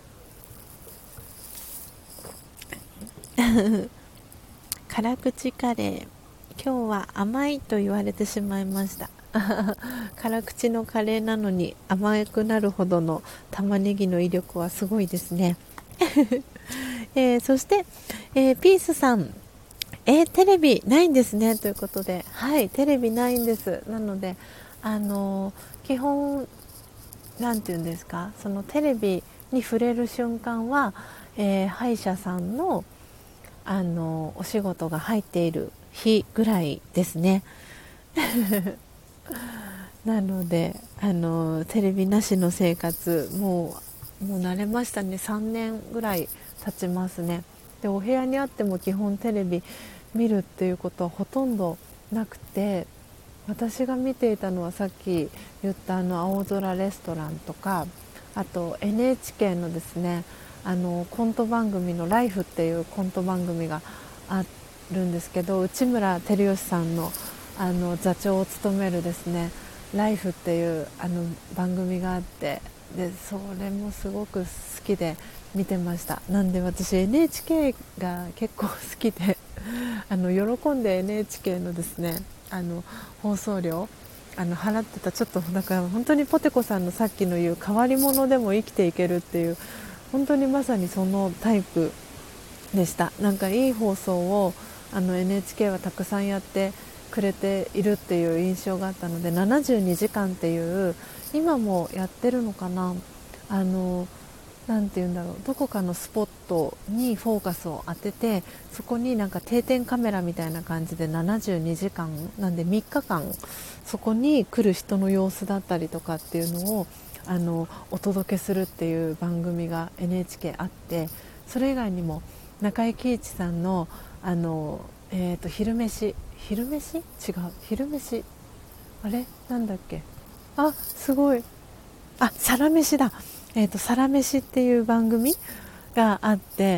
辛口カレー、今日は甘いと言われてしまいました辛口のカレーなのに甘くなるほどの玉ねぎの威力はすごいですね、えー、そして、えー、ピースさん、えー、テレビないんですねということで、はい、テレビないんです。なのであのー、基本なんていうんですか、そのテレビに触れる瞬間は、えー、歯医者さんのあのお仕事が入っている日ぐらいですねなのであのテレビなしの生活、もうもう慣れましたね。さんねんぐらい経ちますね。でお部屋にあっても基本テレビ見るっていうことはほとんどなくて、私が見ていたのはさっき言ったあの青空レストランとか、あと エヌエイチケー のですね、あのコント番組のライフっていうコント番組があるんですけど、内村光良さんのあの座長を務めるですねライフっていうあの番組があって、でそれもすごく好きで見てました。なんで私 エヌエイチケー が結構好きであの喜んで エヌエイチケー のですねあの放送料あの払ってた。ちょっとだから本当にポテコさんのさっきの言う変わり者でも生きていけるっていう、本当にまさにそのタイプでした。なんかいい放送をあの エヌエイチケー はたくさんやってくれているっていう印象があったので、ななじゅうにじかんっていう今もやってるのかな、あのなんていうんだろう、どこかのスポットにフォーカスを当てて、そこになんか定点カメラみたいな感じでななじゅうにじかんなんでみっかかんそこに来る人の様子だったりとかっていうのをあのお届けするっていう番組が エヌエイチケー あって、それ以外にも中井貴一さんのあの、えー、と昼飯昼飯違う昼飯あれなんだっけ、あすごい、あサラメシだ、えー、とサラメシっていう番組があって、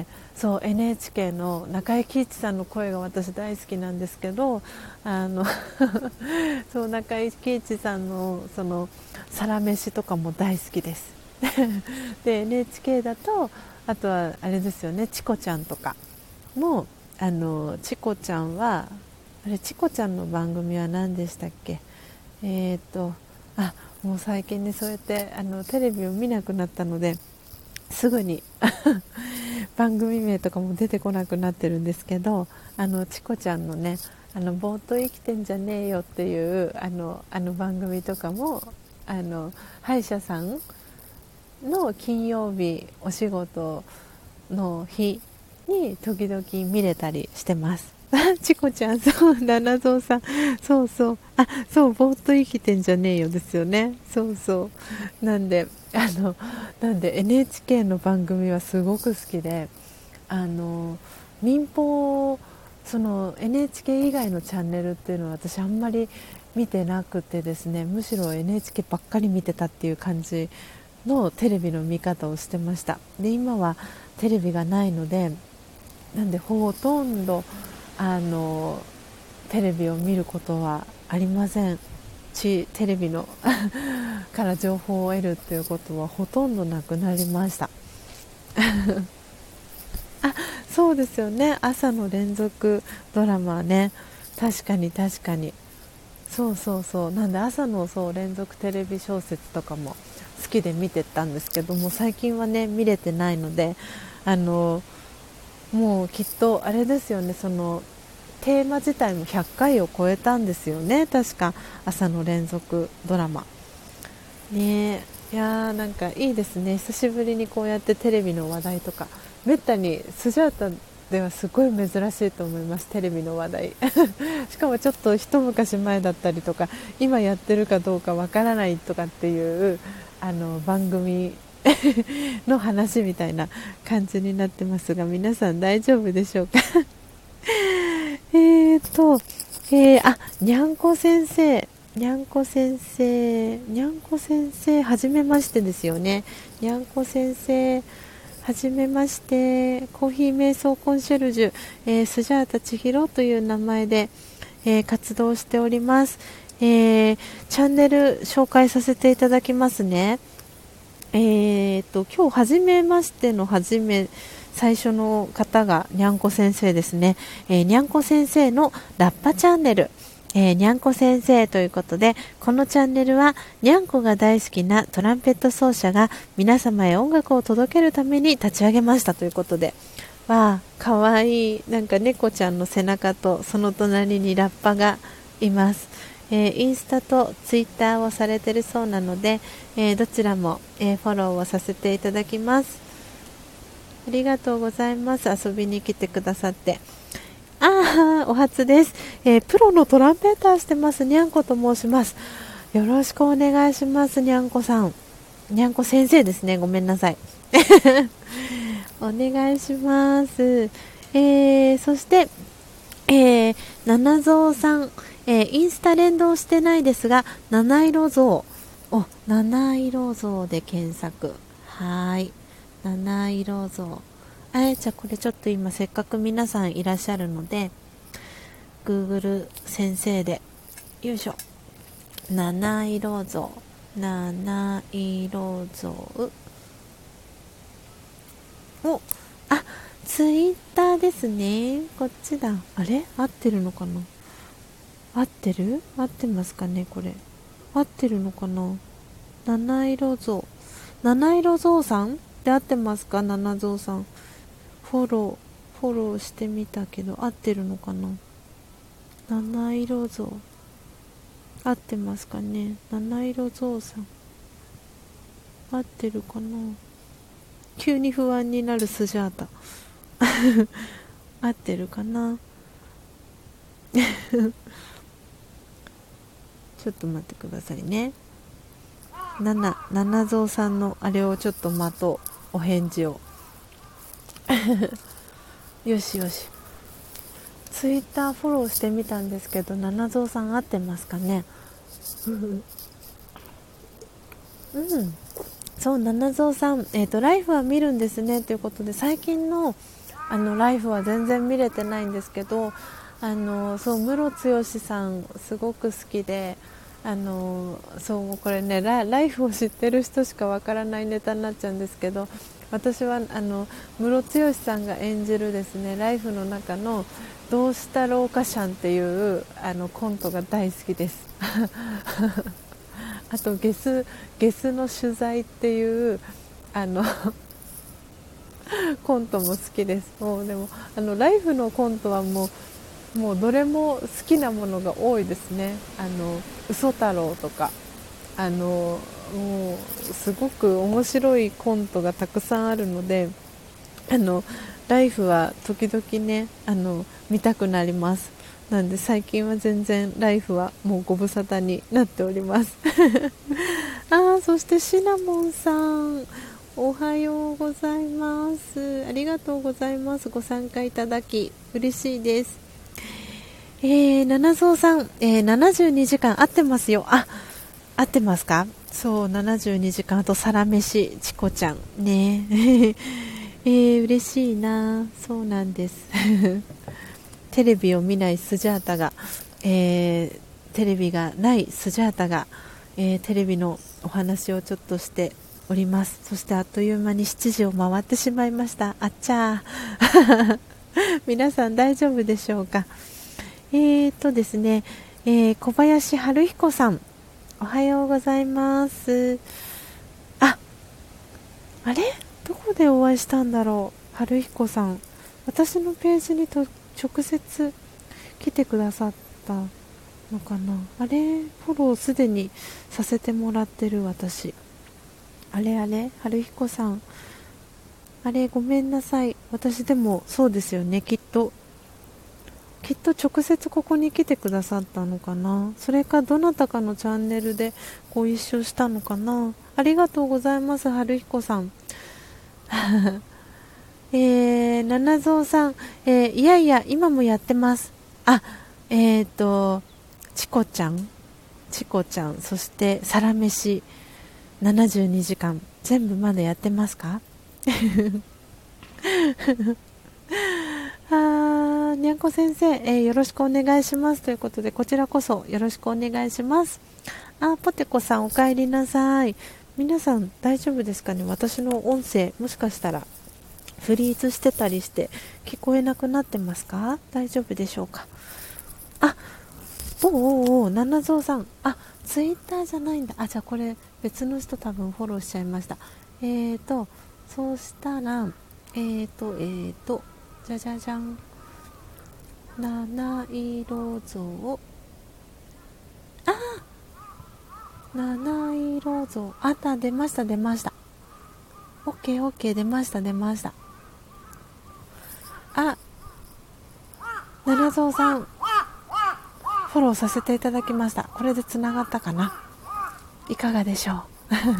そう エヌエイチケー の中井貴一さんの声が私大好きなんですけど、あのそう中井貴一さんのそのサラメシとかも大好きですで エヌエイチケー だとあとはあれですよね、チコちゃんとかも、あのチコちゃんはあれチコちゃんの番組は何でしたっけ、えーとあもう最近ねそうやってあのテレビを見なくなったのですぐに番組名とかも出てこなくなってるんですけど、あのチコちゃんのねあのぼーっと生きてんじゃねえよっていうあのあの番組とかもあの歯医者さんの金曜日お仕事の日に時々見れたりしてますチコちゃん、そう七蔵さん、そうそう、あそうぼーっと生きてんじゃねえよですよね、そうそうなんであのなんで エヌエイチケー の番組はすごく好きで、あの民放その エヌエイチケー 以外のチャンネルっていうのは私あんまり見てなくてですね、むしろ エヌエイチケー ばっかり見てたっていう感じのテレビの見方をしてました。で今はテレビがないので、なんでほとんどあのテレビを見ることはありません。テレビのから情報を得るっていうことはほとんどなくなりましたあ、そうですよね、朝の連続ドラマはね、確かに確かに、そうそうそう、なんで朝のそう連続テレビ小説とかも好きで見てたんですけども、最近はね見れてないので、あのもうきっとあれですよね、そのテーマ自体もひゃっかいを超えたんですよね、確か朝の連続ドラマね。いやーなんかいいですね、久しぶりにこうやってテレビの話題とか、めったにスジャータではすごい珍しいと思います、テレビの話題しかもちょっと一昔前だったりとか、今やってるかどうかわからないとかっていうあの番組の話みたいな感じになってますが、皆さん大丈夫でしょうかえーと、えー、あ、にゃんこ先生、にゃんこ先生、にゃんこ先生、はじめましてですよね。にゃんこ先生、はじめまして。コーヒー瞑想コンシェルジュ、えー、スジャータ千尋という名前で、えー、活動しております。えー、チャンネル紹介させていただきますね。えーと、今日はじめましてのはじめ、最初の方がにゃんこ先生ですね。えー、にゃんこ先生のラッパチャンネル、えー、にゃんこ先生ということで、このチャンネルはにゃんこが大好きなトランペット奏者が皆様へ音楽を届けるために立ち上げましたということで、わあ、かわいい、なんか猫ちゃんの背中とその隣にラッパがいます。えー、インスタとツイッターをされているそうなので、えー、どちらも、えー、フォローをさせていただきます。ありがとうございます。遊びに来てくださって。ああ、お初です、えー、プロのトランペーターしてますにゃんこと申します。よろしくお願いします。にゃんこさん、にゃんこ先生ですね、ごめんなさいお願いします。えー、そして、えー、七蔵さん、えー、インスタ連動してないですが、七色像、お、七色像で検索。はい、七色像。えじゃあこれちょっと今せっかく皆さんいらっしゃるので Google 先生でよいしょ、七色像、七色像、お、あ、ツイッターですね、こっちだ。あれ合ってるのかな、合ってる合ってますかね、これ合ってるのかな。七色像、七色像さんで合ってますか、七蔵さん。フォローフォローしてみたけど合ってるのかな。七色像合ってますかね。七色像さん合ってるかな。急に不安になるスジャータ合ってるかなちょっと待ってくださいね。七七蔵さんのあれをちょっと待とう、お返事をよしよし、ツイッターフォローしてみたんですけど、七蔵さん合ってますかねうんそう、七蔵さん、えーと、ライフは見るんですねということで、最近のあのライフは全然見れてないんですけど、あのそう、ムロツヨシさんすごく好きで、あのそうこれね ラ, ライフを知ってる人しかわからないネタになっちゃうんですけど、私はあのムロツヨシさんが演じるですね、ライフの中のどうしたろうかシャンっていうあのコントが大好きですあとゲスゲスの取材っていうあのコントも好きです。もうでもあのライフのコントはもうもうどれも好きなものが多いですね。あの嘘太郎とか、あのもうすごく面白いコントがたくさんあるので、あのライフは時々ね、あの見たくなります。なんで最近は全然ライフはもうご無沙汰になっておりますあー、そしてシナモンさん、おはようございます。ありがとうございます。ご参加いただき嬉しいです。 えー、七蔵さん、えー、ななじゅうにじかん合ってますよ。あ、合ってますか？そう、ななじゅうにじかん。あと、サラメシ、チコちゃん。ねえー、嬉しいな。そうなんです。テレビを見ないスジャータが、えー、テレビがないスジャータが、えー、テレビのお話をちょっとしております。そしてあっという間にしちじを回ってしまいました。あっちゃー。皆さん大丈夫でしょうか？えーとですね、えー、小林春彦さん、おはようございます。あ、あれどこでお会いしたんだろう。春彦さん、私のページにと直接来てくださったのかな。あれ、フォローすでにさせてもらってる私。あれあれ、春彦さん、あれ、ごめんなさい。私でもそうですよね、きっときっと直接ここに来てくださったのかな。それかどなたかのチャンネルでご一緒したのかな。ありがとうございます、春彦さん。えー、七蔵さん、えー、いやいや今もやってます。あ、えーとチコちゃんチコちゃん、そしてサラメシななじゅうにじかん全部まだやってますか？あー、にゃんこ先生、えー、よろしくお願いしますということで、こちらこそよろしくお願いします。あ、ポテコさんお帰りなさい。皆さん大丈夫ですかね？私の音声もしかしたらフリーズしてたりして聞こえなくなってますか？大丈夫でしょうか？あ、おおお、七蔵さん、あ、ツイッターじゃないんだ。あ、じゃあこれ別の人多分フォローしちゃいました。えーとそうしたらえーとえーとじゃじゃじゃん、七色像、あ、七色像、あった、出ました出ました。オッケーオッケー、出ました出ました。あ、七蔵さんフォローさせていただきました。これでつながったかな。いかがでしょう？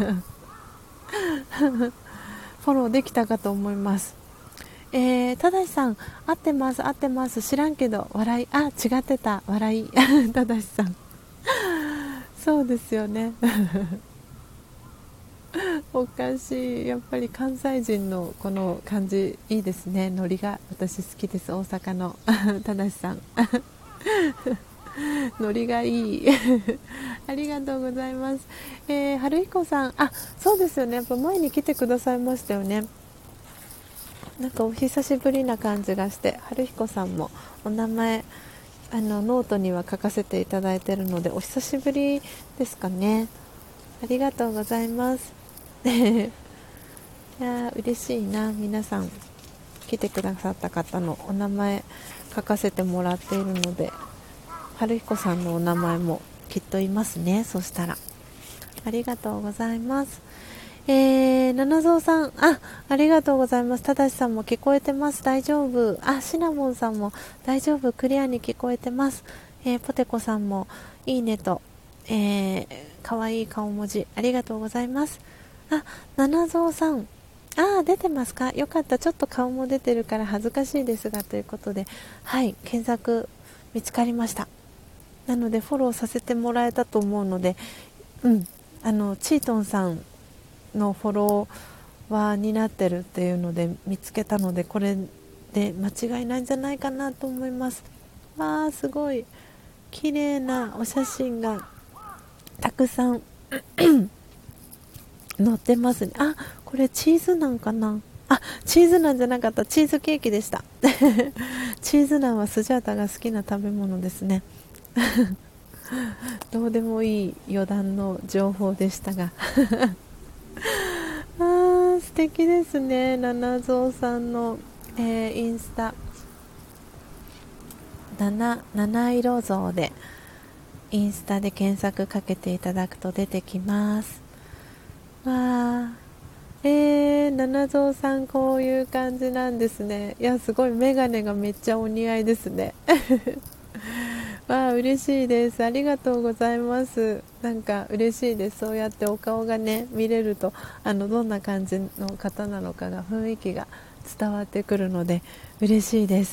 フォローできたかと思います。えー、ただしさん、合ってます合ってます、知らんけど笑い、あ、違ってた、笑い。ただしさん、そうですよね。おかしい、やっぱり関西人のこの感じいいですね。ノリが私好きです。大阪のただしさん。ノリがいい。ありがとうございます。えー、春彦さん、あ、そうですよね、やっぱ前に来てくださいましたよね。なんかお久しぶりな感じがして、春彦さんもお名前あのノートには書かせていただいているので、お久しぶりですかね。ありがとうございます。いや嬉しいな。皆さん来てくださった方のお名前書かせてもらっているので、春彦さんのお名前もきっといますね。そしたらありがとうございます。えー、七蔵さん、あ、ありがとうございます。ただしさんも聞こえてます。大丈夫。あ、シナモンさんも大丈夫。クリアに聞こえてます。えー、ポテコさんもいいねと、えー、かわいい顔文字ありがとうございます。あ、七蔵さん、あ、出てますか？よかった。ちょっと顔も出てるから恥ずかしいですがということで、はい、検索見つかりました。なのでフォローさせてもらえたと思うので、うん、あのチートンさんのフォロワーになってるっていうので見つけたので、これで間違いないんじゃないかなと思います。わー、すごい綺麗なお写真がたくさん載ってますね。あ、これチーズナンかな。あ、チーズナンじゃなかった、チーズケーキでした。チーズナンはスジャータが好きな食べ物ですね。どうでもいい余談の情報でしたが。あー、素敵ですね。七蔵さんの、えー、インスタ 7, 七色像でインスタで検索かけていただくと出てきます。わー、えー、七蔵さんこういう感じなんですね。いや、すごいメガネがめっちゃお似合いですね。わあ、嬉しいです。ありがとうございます。なんか嬉しいです。そうやってお顔がね見れると、あのどんな感じの方なのかが雰囲気が伝わってくるので嬉しいです。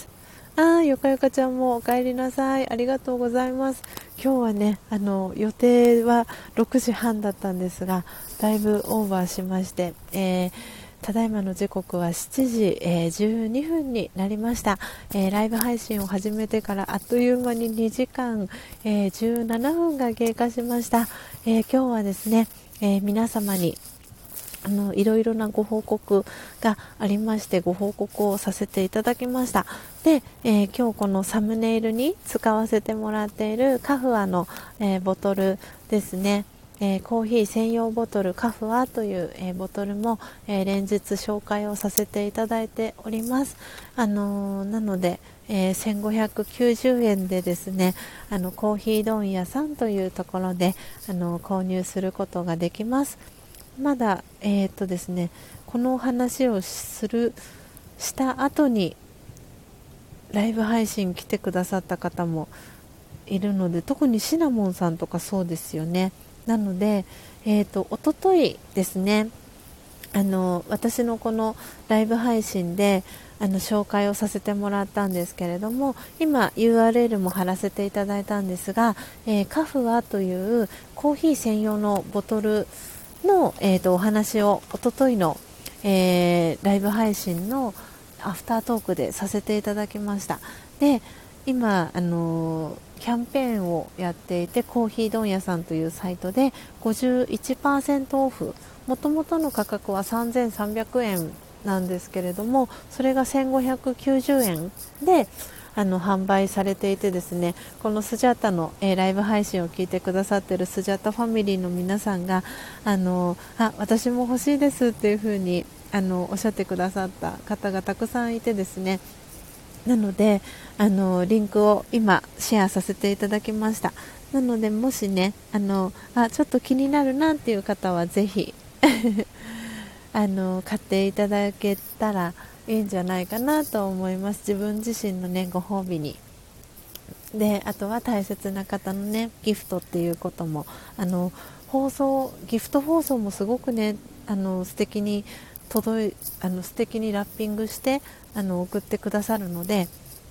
あー、よかよかちゃんもお帰りなさい。ありがとうございます。今日はね、あの予定はろくじはんだったんですが、だいぶオーバーしまして、えーただいまの時刻はしちじ、えーじゅうにふんになりました、えーライブ配信を始めてからあっという間ににじかん、えーじゅうななふんが経過しました。えー今日はですね、えー皆様にあのいろいろなご報告がありまして、ご報告をさせていただきました。で、えー今日このサムネイルに使わせてもらっているカフアの、えーボトルですね、えーコーヒー専用ボトルカフアという、えーボトルも、えー連日紹介をさせていただいております。あのーなので、えーせんごひゃくきゅうじゅうえんでですね、あのコーヒー問屋さんというところであの購入することができます。まだ、えーとですね、この話をするした後にライブ配信来てくださった方もいるので、特にシナモンさんとかそうですよね。なので、えーと、おとといですね、あの私のこのライブ配信であの紹介をさせてもらったんですけれども、今 ユーアールエル も貼らせていただいたんですが、えー、カフアというコーヒー専用のボトルの、えー、とお話をおとといの、えーライブ配信のアフタートークでさせていただきました。で、今、あのーキャンペーンをやっていて、コーヒー問屋さんというサイトで ごじゅういちパーセント オフ、もともとの価格はさんぜんさんびゃくえんなんですけれども、それがせんごひゃくきゅうじゅうえんであの販売されていてですね、このスジャータの、えーライブ配信を聞いてくださっているスジャータファミリーの皆さんがあのあ私も欲しいですっていう風にあのおっしゃってくださった方がたくさんいてですね、なのであのリンクを今シェアさせていただきました。なのでもしね、あのあちょっと気になるなっていう方はぜひあの買っていただけたらいいんじゃないかなと思います。自分自身のねご褒美に。で、あとは大切な方のねギフトっていうことも、あの放送ギフト放送もすごくね、あの素敵に届いあの素敵にラッピングしてあの送ってくださるので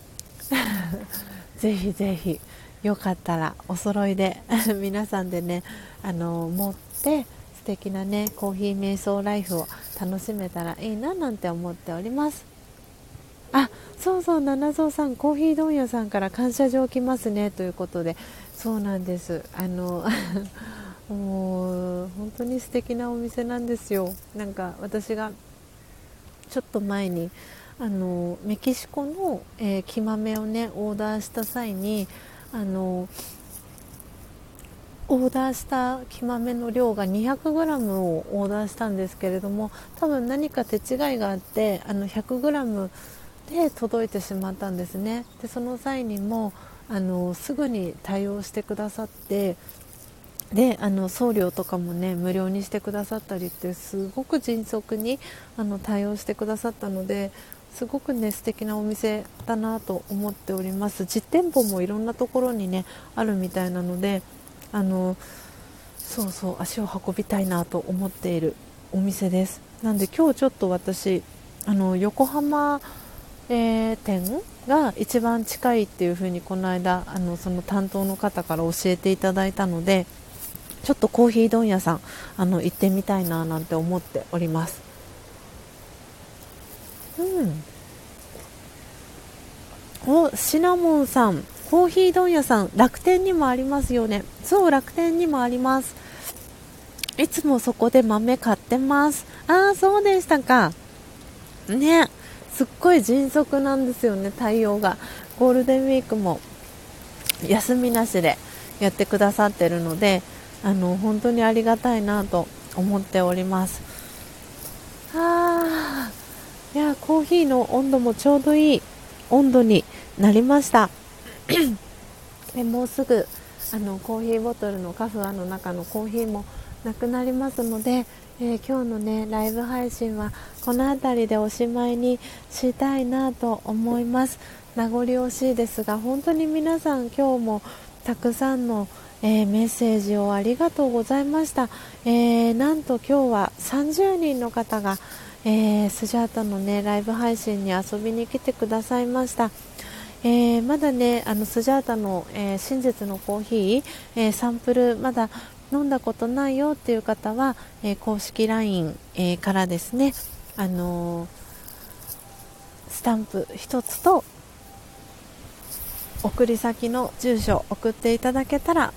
ぜひぜひよかったらお揃いで皆さんでねあの持って素敵なねコーヒー瞑想ライフを楽しめたらいいななんて思っております。あ、そうそう、七蔵さん、コーヒー問屋さんから感謝状来ますねということで、そうなんです。あのもう本当に素敵なお店なんですよ。なんか私がちょっと前にあのメキシコの、えー、木豆をねオーダーした際に、あのオーダーした木豆の量が にひゃくグラム をオーダーしたんですけれども、多分何か手違いがあってあの ひゃくグラム で届いてしまったんですね。でその際にもあのすぐに対応してくださって、であの送料とかもね無料にしてくださったりって、すごく迅速にあの対応してくださったので、すごくね素敵なお店だなと思っております。実店舗もいろんなところにねあるみたいなので、あのそうそう足を運びたいなと思っているお店です。なんで今日ちょっと私あの横浜、えー店が一番近いっていう風にこの間あのその担当の方から教えていただいたので、ちょっとコーヒー問屋さんあの行ってみたいななんて思っております。うん、おシナモンさん、コーヒー問屋さん楽天にもありますよね。そう、楽天にもあります。いつもそこで豆買ってます。ああ、そうでしたかね。すっごい迅速なんですよね、対応が。ゴールデンウィークも休みなしでやってくださってるので、あの本当にありがたいなと思っております。あー、いやコーヒーの温度もちょうどいい温度になりましたでもうすぐあのコーヒーボトルのカフアの中のコーヒーもなくなりますので、えー今日のねライブ配信はこの辺りでおしまいにしたいなと思います。名残惜しいですが、本当に皆さん今日もたくさんの、えーメッセージをありがとうございました。えーなんと今日はさんじゅうにんの方が、えースジャータのねライブ配信に遊びに来てくださいました。 えー、まだねあのスジャータの、えー、真実のコーヒー、えー、サンプルまだ飲んだことないよっていう方は、えー、公式 ライン、えー、からですね、あのー、スタンプ一つと送り先の住所送っていただけたら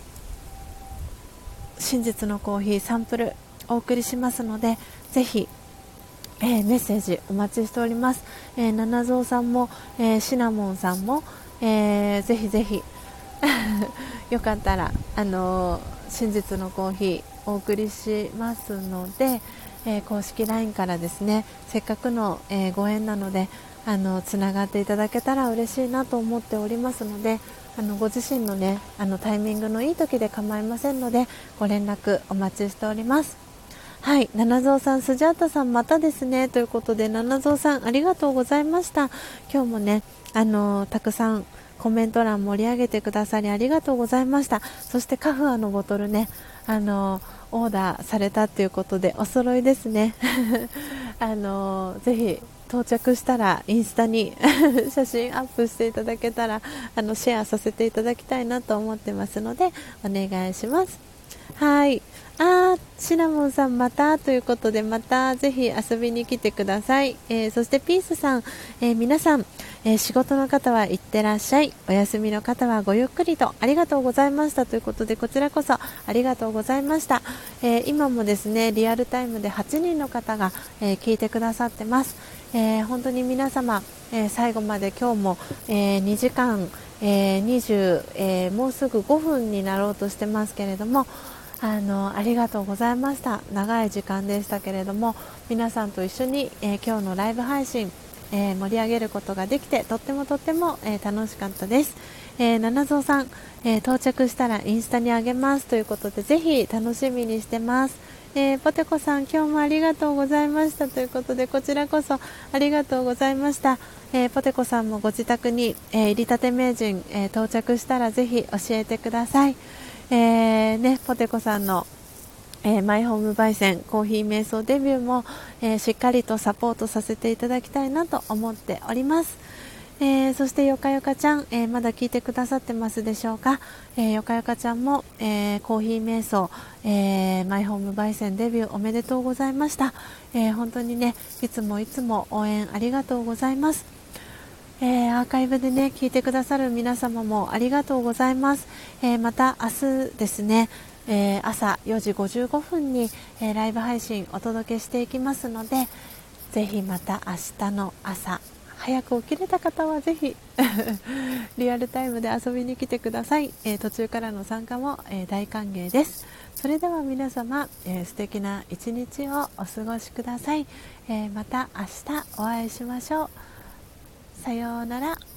真実のコーヒーサンプルお送りしますので、ぜひ、えー、メッセージお待ちしております。えー、七蔵さんも、えー、シナモンさんも、えー、ぜひぜひよかったら、あのー、真実のコーヒーお送りしますので、えー、公式 ライン からですね、せっかくの、えー、ご縁なのであのつながっていただけたら嬉しいなと思っておりますので、あのご自身のねあのタイミングのいい時で構いませんのでご連絡お待ちしております。はい、七蔵さん、スジャータさんまたですねということで、七蔵さんありがとうございました。今日もねあのたくさんコメント欄盛り上げてくださりありがとうございました。そしてカフアのボトルねあのオーダーされたということでお揃いですねあのぜひ到着したらインスタに写真アップしていただけたらあのシェアさせていただきたいなと思ってますのでお願いします。はい、あーシナモンさんまたということで、またぜひ遊びに来てください。えー、そしてピースさん、えー、皆さん、えー、仕事の方はいってらっしゃい、お休みの方はごゆっくりと、ありがとうございましたということで、こちらこそありがとうございました。えー、今もですねリアルタイムではちにんの方が、えー、聞いてくださってます。えー、本当に皆様、えー、最後まで今日も、えー、にじかん、えー、にじゅう、えー、もうすぐごふんになろうとしてますけれども、あのありがとうございました。長い時間でしたけれども皆さんと一緒に、えー、今日のライブ配信、えー、盛り上げることができてとってもとっても、えー、楽しかったです。えー、七蔵さん、えー、到着したらインスタにあげますということでぜひ楽しみにしてます。えー、ポテコさん今日もありがとうございましたということでこちらこそありがとうございました。えー、ポテコさんもご自宅に、えー、入りたて名人、えー、到着したらぜひ教えてください。えーね、ポテコさんの、えー、マイホーム焙煎コーヒー瞑想デビューも、えー、しっかりとサポートさせていただきたいなと思っております。えー、そしてよかよかちゃん、えー、まだ聞いてくださってますでしょうか。えー、よかよかちゃんも、えー、コーヒー瞑想、えー、マイホーム焙煎デビューおめでとうございました。えー、本当にねいつもいつも応援ありがとうございます。えー、アーカイブでね聞いてくださる皆様もありがとうございます。えー、また明日ですね、えー、朝よじごじゅうごふんに、えー、ライブ配信お届けしていきますので、ぜひまた明日の朝早く起きれた方はぜひリアルタイムで遊びに来てください。えー、途中からの参加も、えー、大歓迎です。それでは皆様、えー、素敵な一日をお過ごしください。えー、また明日お会いしましょう。さようなら。